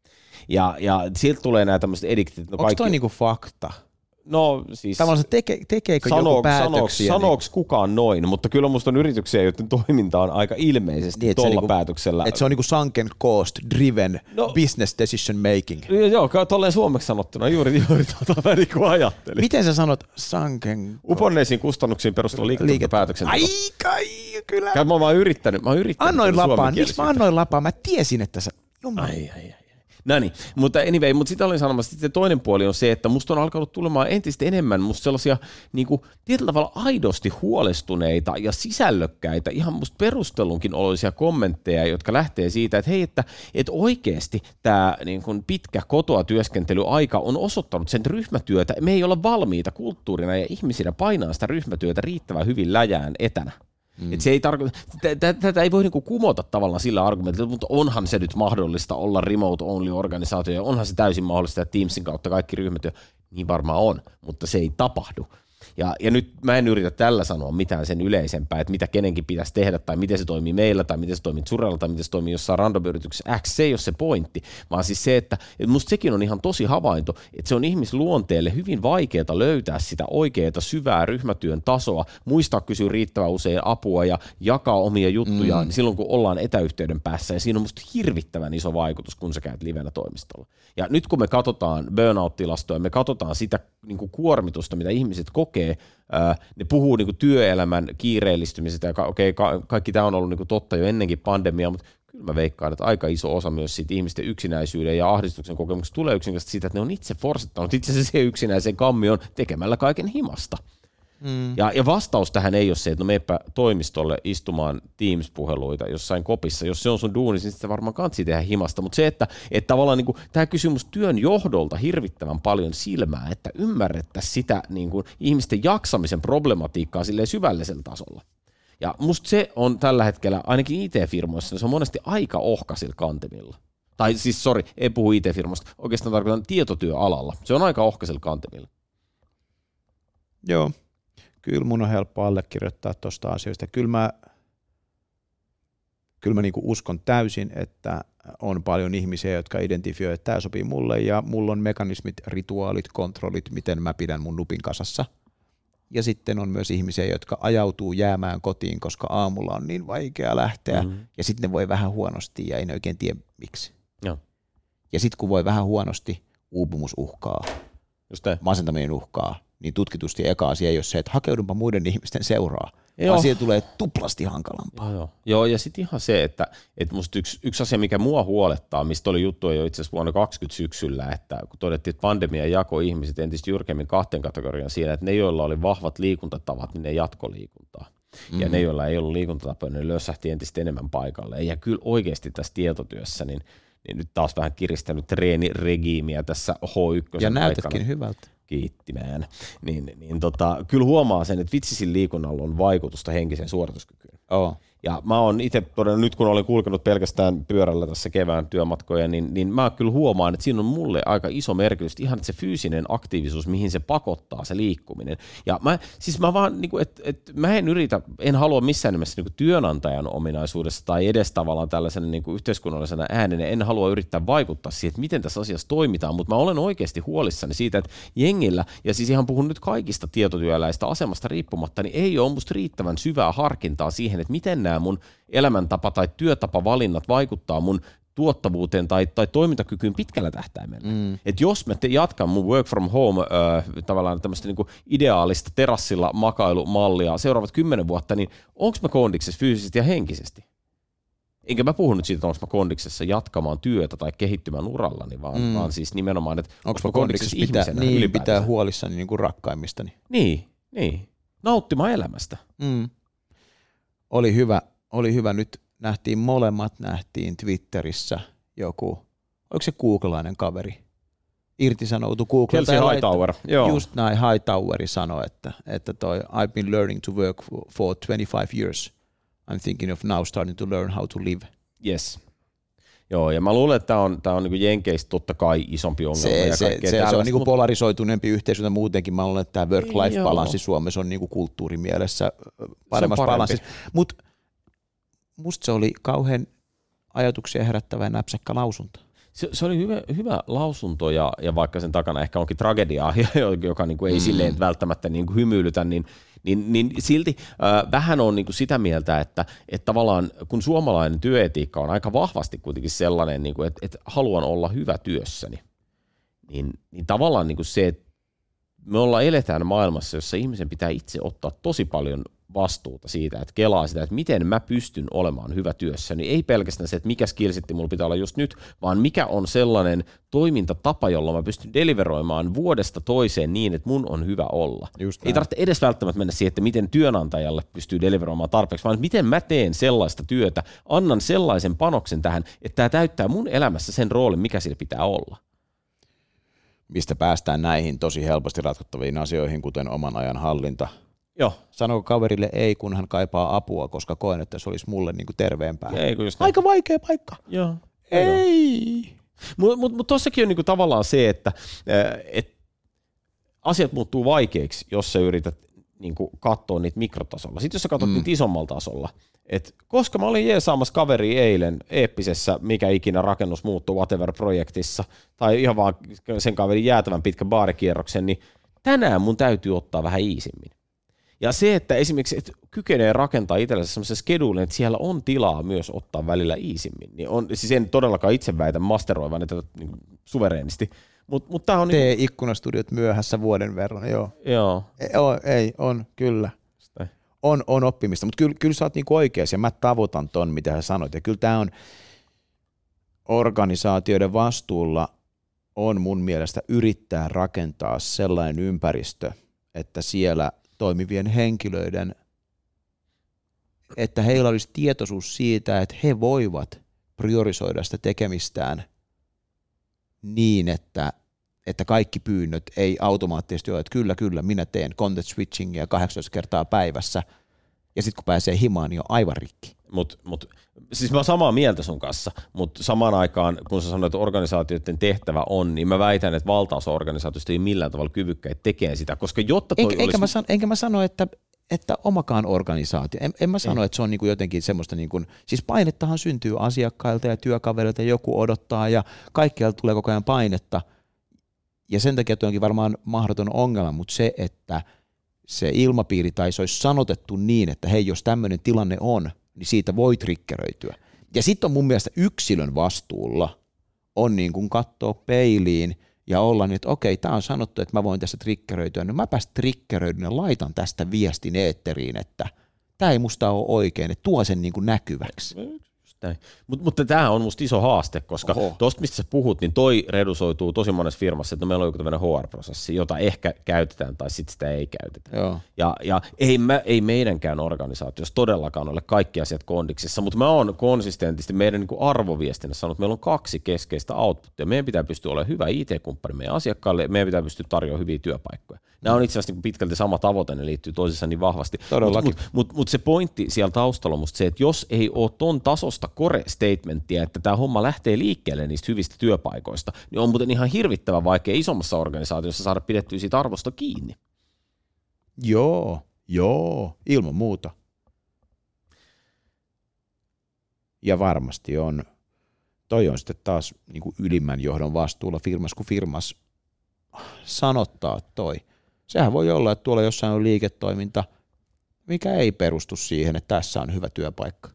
Ja sieltä tulee nämä tämmöiset ediktit. Onko toi niinku fakta? No siis tavallaan tekeekö joku päätöksiä? Sanooks kukaan noin, mutta kyllä musta on yrityksiä, joiden toiminta on aika ilmeisesti niin, tuolla päätöksellä. Että se on niinku sunken cost driven business decision making. Joo, tolleen suomeksi sanottuna juuri mä niin kuin ajattelin. Miten sä sanot sunken? Uponneisiin kustannuksiin perustuva liiketoimintapäätöksenteko. Ai kyllä. Mä oon yrittänyt. Annoin lapaan. Miksi mä annoin lapaan? Mä tiesin, että sä... Ai. No niin, mutta anyway, sitä olin sanomassa, että toinen puoli on se, että musta on alkanut tulemaan entistä enemmän musta sellaisia niin kuin, tietyllä tavalla aidosti huolestuneita ja sisällökkäitä, ihan musta perustelunkin oloisia kommentteja, jotka lähtee siitä, että hei, että oikeasti tämä niin kuin pitkä kotoa työskentelyaika on osoittanut sen ryhmätyötä, me ei olla valmiita kulttuurina ja ihmisinä painaa sitä ryhmätyötä riittävän hyvin läjään etänä. Et se ei tätä ei voi niinku kumota tavallaan sillä argumentilla, mutta onhan se nyt mahdollista olla remote-only-organisaatio, ja onhan se täysin mahdollista, että Teamsin kautta kaikki ryhmätyö, niin varmaan on, mutta se ei tapahdu. Ja nyt mä en yritä tällä sanoa mitään sen yleisempää, että mitä kenenkin pitäisi tehdä, tai miten se toimii meillä, tai miten se toimii Surella, tai miten se toimii jossain random-yrityksessä X, se ei ole se pointti, vaan siis se, että musta sekin on ihan tosi havainto, että se on ihmisluonteelle hyvin vaikeaa löytää sitä oikeaa syvää ryhmätyön tasoa, muistaa kysyä riittävän usein apua ja jakaa omia juttujaan silloin, kun ollaan etäyhteyden päässä, ja siinä on musta hirvittävän iso vaikutus, kun sä käyt livenä toimistolla. Ja nyt kun me katsotaan burnout-tilastoja, me katsotaan sitä niin kuin kuormitusta, mitä ihmiset kokee, ne puhuu niin kuin työelämän kiireellistymisestä, ja kaikki tämä on ollut niin kuin totta jo ennenkin pandemiaa, mutta kyllä mä veikkaan, että aika iso osa myös siitä ihmisten yksinäisyyden ja ahdistuksen kokemuksesta tulee yksinkertaisesti siitä, että ne on itse forsittanut itse asiassa se yksinäisen kammion tekemällä kaiken himasta. Ja vastaus tähän ei ole se, että no meepä toimistolle istumaan Teams-puheluita jossain kopissa. Jos se on sun duunis, niin sitten varmaan kansi tehdä himasta. Mutta se, että tavallaan niin tämä kysymys työn johdolta hirvittävän paljon silmää, että ymmärrettäisiin sitä niin kuin ihmisten jaksamisen problematiikkaa silleen syvällisellä tasolla. Ja musta se on tällä hetkellä, ainakin IT-firmoissa, se on monesti aika ohkaisilla kantimilla. Tai siis, ei puhu IT-firmasta, oikeastaan tarkoitan tietotyöalalla. Se on aika ohkaisilla kantimilla. Joo. Kyllä mun on helppo allekirjoittaa tuosta asioista. Kyllä kyllä mä niin kuin uskon täysin, että on paljon ihmisiä, jotka identifioi, että tämä sopii mulle ja mulla on mekanismit, rituaalit, kontrollit, miten mä pidän mun nupin kasassa. Ja sitten on myös ihmisiä, jotka ajautuu jäämään kotiin, koska aamulla on niin vaikea lähteä ja sitten ne voi vähän huonosti ja ei ne oikein tiedä miksi. Joo. Ja sitten kun voi vähän huonosti, uupumus uhkaa, masentaminen uhkaa, niin tutkitusti eka asia ei ole se, että hakeudunpa muiden ihmisten seuraa. Asia tulee tuplasti hankalampaa. Joo, ja sitten ihan se, että musta yksi asia, mikä mua huolettaa, mistä oli juttu jo itse asiassa vuonna 2020 syksyllä, että kun todettiin, että pandemia jakoi ihmiset entistä jyrkemmin 2 kategoriaan siinä, että ne, joilla oli vahvat liikuntatavat, niin ne jatko liikuntaa. Ja ne, joilla ei ollut liikuntatapoja, ne lössähti entistä enemmän paikalle. Ja kyllä oikeasti tässä tietotyössä, niin nyt taas vähän kiristänyt treeniregiimiä tässä H1. Ja näytätkin hyvältä. Kiittimään. Kyllä huomaa sen, että vitsisillä liikunnalla on vaikutusta henkiseen suorituskykyyn. Ja mä oon itse todella, nyt kun olen kulkenut pelkästään pyörällä tässä kevään työmatkoja, niin mä kyllä huomaan, että siinä on mulle aika iso merkitys, ihan että se fyysinen aktiivisuus, mihin se pakottaa, se liikkuminen. Ja mä vaan, mä en halua missään nimessä työnantajan ominaisuudessa tai edes tavallaan tällaisena yhteiskunnallisena äänenä, en halua yrittää vaikuttaa siihen, että miten tässä asiassa toimitaan, mutta mä olen oikeasti huolissani siitä, että jengillä, ja siis ihan puhun nyt kaikista tietotyöläistä asemasta riippumatta, niin ei ole musta riittävän syvää harkintaa siihen, että miten nämä mun elämäntapa- tai työtapavalinnat vaikuttaa mun tuottavuuteen tai toimintakykyyn pitkällä tähtäimellä. Et jos mä jatkan mun work from home tavallaan tämmöistä niinku ideaalista terassilla makailumallia seuraavat 10 vuotta, niin onko mä kondiksessa fyysisesti ja henkisesti? Enkä mä puhu nyt siitä, että onko mä kondiksessa jatkamaan työtä tai kehittymään urallani, vaan siis nimenomaan, että onko mä kondiksessa ihmisenä ylipäätään. Pitää huolissani niin kuin rakkaimmistani. Niin. Nauttimaan elämästä. Oli hyvä. Nyt nähtiin Twitterissä joku, oliko se googlainen kaveri, irtisanoutui Googlelta. Kelsey Hightower, joo. Just näin, Hightoweri sanoi, että toi I've been learning to work for 25 years. I'm thinking of now starting to learn how to live. Yes. Joo, ja mä luulen, että tämä on niin jenkeistä totta kai isompi ongelma. Se on niin polarisoituneempi yhteiskunta muutenkin. Mä luulen, että tämä work-life-balanssi Suomessa on niin kulttuurimielessä paremmassa balanssissa. Mutta musta se oli kauhean ajatuksia herättävä ja näpsäkkä lausunto. Se oli hyvä lausunto, ja vaikka sen takana ehkä onkin tragediaa, joka niin kuin ei silleen välttämättä niin kuin hymyilytä, niin silti vähän on niin kuin sitä mieltä, että tavallaan kun suomalainen työetiikka on aika vahvasti kuitenkin sellainen, niin kuin, että haluan olla hyvä työssäni, niin tavallaan niin kuin se, että me eletään maailmassa, jossa ihmisen pitää itse ottaa tosi paljon vastuuta siitä, että kelaa sitä, että miten mä pystyn olemaan hyvä työssä, niin ei pelkästään se, että mikä skillsetti mulla pitää olla just nyt, vaan mikä on sellainen toimintatapa, jolla mä pystyn deliveroimaan vuodesta toiseen niin, että mun on hyvä olla. Ei tarvitse edes välttämättä mennä siihen, että miten työnantajalle pystyy deliveroimaan tarpeeksi, vaan miten mä teen sellaista työtä, annan sellaisen panoksen tähän, että tämä täyttää mun elämässä sen roolin, mikä sillä pitää olla. Mistä päästään näihin tosi helposti ratkottaviin asioihin, kuten oman ajan hallinta. Joo. Sanoiko kaverille ei, kun hän kaipaa apua, koska koen, että se olisi mulle niin kuin terveempää. Aika vaikea paikka. Joo. Ei. Mutta tossakin on niinku tavallaan se, että asiat muuttuu vaikeiksi, jos sä yrität niinku katsoa niitä mikrotasolla. Sitten jos sä katsot niitä isommalla tasolla, että koska mä olin jeesaamassa kaveria eilen eeppisessä mikä ikinä rakennus muuttuu whatever-projektissa, tai ihan vaan sen kaverin jäätävän pitkän baarikierroksen, niin tänään mun täytyy ottaa vähän iisimmin. Ja se, että esimerkiksi kykenee rakentaa itsellensä semmoisen skeduulin, että siellä on tilaa myös ottaa välillä iisimmin, niin on, siis en todellakaan itse väitä masteroivan, että niin suvereenisti. Mut tää on tee ikkunastudiot myöhässä vuoden verran, joo. Ei, on, kyllä. On oppimista, mutta kyllä sä oot niinku oikeassa ja mä tavoitan ton, mitä sä sanoit. Ja kyllä tää on organisaatioiden vastuulla on mun mielestä yrittää rakentaa sellainen ympäristö, että siellä toimivien henkilöiden, että heillä olisi tietoisuus siitä, että he voivat priorisoida sitä tekemistään niin, että kaikki pyynnöt ei automaattisesti ole, että kyllä, minä teen content switchingia 18 kertaa päivässä, ja sitten kun pääsee himaan, niin on aivan rikki. Siis mä oon samaa mieltä sun kanssa, mutta samaan aikaan, kun sä sanoit, että organisaatioiden tehtävä on, niin mä väitän, että valtaosa organisaatioista ei millään tavalla kyvykkäitä tekemään sitä, koska jotta toi enkä mä sano, että että omakaan organisaatio. En mä sano, että se on niin kuin jotenkin semmoista, niin kuin, siis painettahan syntyy asiakkailta ja työkaverilta, joku odottaa ja kaikkialta tulee koko ajan painetta. Ja sen takia tuo onkin varmaan mahdoton ongelma, mutta se, että se ilmapiiri tai se olisi sanotettu niin, että hei, jos tämmöinen tilanne on, niin siitä voi triggeröityä. Ja sitten on mun mielestä yksilön vastuulla on niin kuin katsoa peiliin ja olla niin, että okei, tämä on sanottu, että mä voin tässä triggeröityä, no mäpäs triggeröidyn ja laitan tästä viestin eetteriin, että tämä ei musta ole oikein, että tuo sen niin kuin näkyväksi. Mutta tämä on musta iso haaste, koska tuosta mistä sä puhut, niin toi redusoituu tosi monessa firmassa, että meillä on joku tämmöinen HR-prosessi, jota ehkä käytetään tai sitten sitä ei käytetä. Joo. Ja ei meidänkään organisaatiossa todellakaan ole kaikki asiat kondiksessa, mutta mä oon konsistentisti meidän niin kuin arvoviestinnässä sanonut, että meillä on 2 keskeistä outputtia. Meidän pitää pystyä olemaan hyvä IT-kumppani meidän asiakkaille, ja meidän pitää pystyä tarjoamaan hyviä työpaikkoja. Nämä on itse asiassa niin pitkälti sama tavoite, ne liittyy toisissaan niin vahvasti. Mutta se pointti siellä taustalla on musta se, että jos ei ole ton tasosta core-statementtia, että tämä homma lähtee liikkeelle niistä hyvistä työpaikoista, niin on muuten ihan hirvittävän vaikea isommassa organisaatiossa saada pidettyä siitä arvosta kiinni. Joo, ilman muuta. Ja varmasti on, toi on sitten taas niin kuin ylimmän johdon vastuulla firmassa, kun firmas sanottaa toi. Sehän voi olla, että tuolla jossain on liiketoiminta, mikä ei perustu siihen, että tässä on hyvä työpaikka.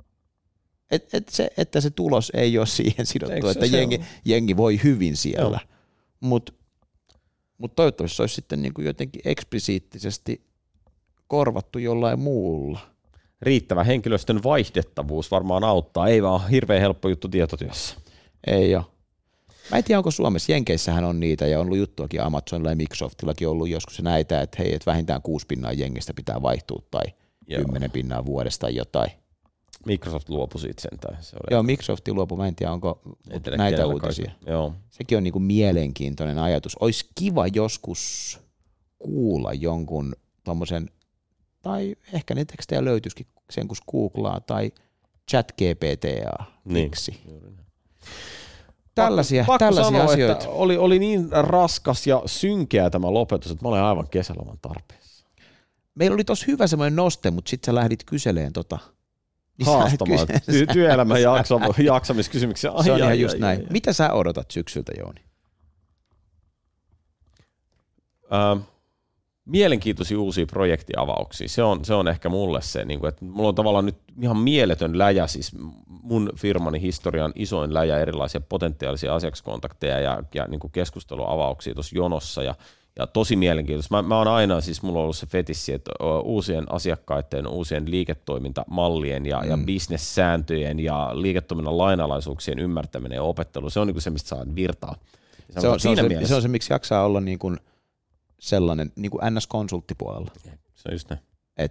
Että se tulos ei ole siihen sidottu, että jengi voi hyvin siellä. Mutta toivottavasti se olisi sitten niin kuin jotenkin eksplisiittisesti korvattu jollain muulla. Riittävä henkilöstön vaihdettavuus varmaan auttaa. Ei vaan hirveän helppo juttu tietotyössä. Ei ole. Mä en tiedä, onko Suomessa, Jenkeissähän on niitä ja on ollut juttuakin Amazonilla ja Microsoftillakin ollut joskus näitä, että hei, että vähintään 6 pinnaa jengistä pitää vaihtua tai 10 pinnaa vuodesta tai jotain. Microsoft luopui siitä sentään. Joo, Microsoft luopui, mä en tiedä, onko näitä uutisia. Joo. Sekin on niin kuin mielenkiintoinen ajatus. Olisi kiva joskus kuulla jonkun tommosen, tai ehkä ne tekstejä löytyisikin sen, kun googlaa, tai ChatGPTA, miksi. Niin. Tällaisia sanoa, asioita. Että oli niin raskas ja synkeä tämä lopetus, että mä olen aivan kesäloman tarpeessa. Meillä oli tossa hyvä semmoinen noste, mutta sitten sä lähdit kyseleen niin haastamaan työelämän jaksamiskysymyksiä. Se on ihan just näin. Mitä sä odotat syksyltä, Jouni? Mielenkiintoisia uusia projektiavauksia. Se on ehkä mulle se, että mulla on tavallaan nyt ihan mieletön läjä, siis mun firmani historian isoin läjä erilaisia potentiaalisia asiakaskontakteja ja niin kuin keskusteluavauksia tuossa jonossa ja tosi mielenkiintoista. Mä oon aina, siis mulla on ollut se fetissi, että uusien asiakkaiden, uusien liiketoimintamallien ja bisnessääntöjen ja liiketoiminnan lainalaisuuksien ymmärtäminen ja opettelu, se on niin kuin se, mistä saa virtaa. Se on se, miksi jaksaa olla niin kuin sellainen niin kuin NS-konsulttipuolella. Se on just näin.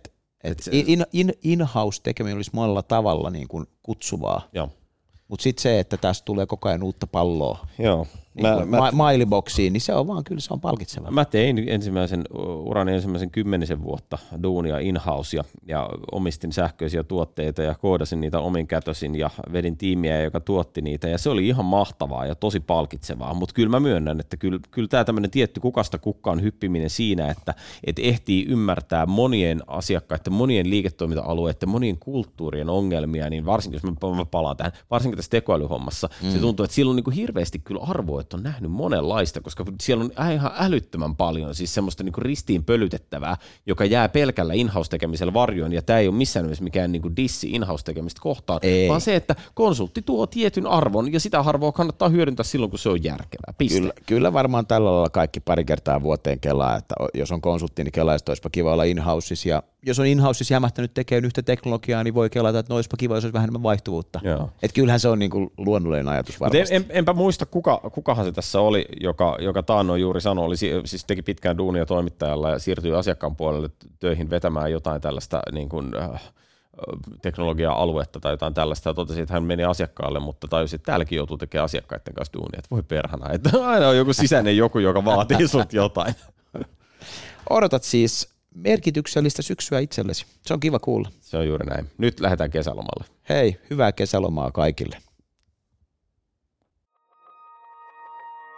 In-house tekeminen olisi monella tavalla niin kuin kutsuvaa. Mutta sitten se, että tästä tulee koko ajan uutta palloa mailiboksiin, niin se on vaan kyllä se on palkitsevaa. Mä tein urani ensimmäisen 10 vuotta duunia in-house ja omistin sähköisiä tuotteita ja koodasin niitä omin kätösin ja vedin tiimiä, joka tuotti niitä ja se oli ihan mahtavaa ja tosi palkitsevaa, mutta kyllä mä myönnän, että kyllä tämä tämmöinen tietty kukasta kukkaan hyppiminen siinä, että ehtii ymmärtää monien asiakkaiden, monien liiketoiminta-alueiden, monien kulttuurien ongelmia, niin varsinkin jos mä palaan tähän, varsinkin tässä tekoälyhommassa, se tuntuu, että sillä on niin kuin hirveästi kyllä arvoa, että on nähnyt monenlaista, koska siellä on ihan älyttömän paljon siis semmoista niin kuin ristiin pölytettävää, joka jää pelkällä in-house-tekemisellä varjoon, ja tämä ei ole missään nimessä mikään niin kuin dissi in-house-tekemistä kohtaan, vaan se, että konsultti tuo tietyn arvon, ja sitä arvoa kannattaa hyödyntää silloin, kun se on järkevää. Kyllä varmaan tällä lailla kaikki pari kertaa vuoteen kelaa, että jos on konsultti, niin kelaa, että olisipa kiva olla in-houseissa, ja jos on in-houseissa jämähtänyt tekemään yhtä teknologiaa, niin voi kelata, että olisipa kiva, jos olisi vähän enemmän vaihtuvuutta. Että kyllähän se on niin kuin luonnollinen ajatus varmasti. Enpä muista, kukahan se tässä oli, joka taannoin juuri sanoi, siis teki pitkään duunia toimittajalla ja siirtyi asiakkaan puolelle töihin vetämään jotain tällaista niin kuin, teknologia-aluetta tai jotain tällaista, ja totesi, että hän meni asiakkaalle, mutta tajusi, että täälläkin joutuu tekemään asiakkaiden kanssa duunia, että voi perhana, että aina on joku sisäinen joku, joka vaatii sut jotain. Odotat siis merkityksellistä syksyä itsellesi. Se on kiva kuulla. Se on juuri näin. Nyt lähdetään kesälomalle. Hei, hyvää kesälomaa kaikille.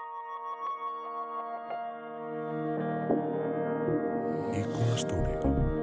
Studio.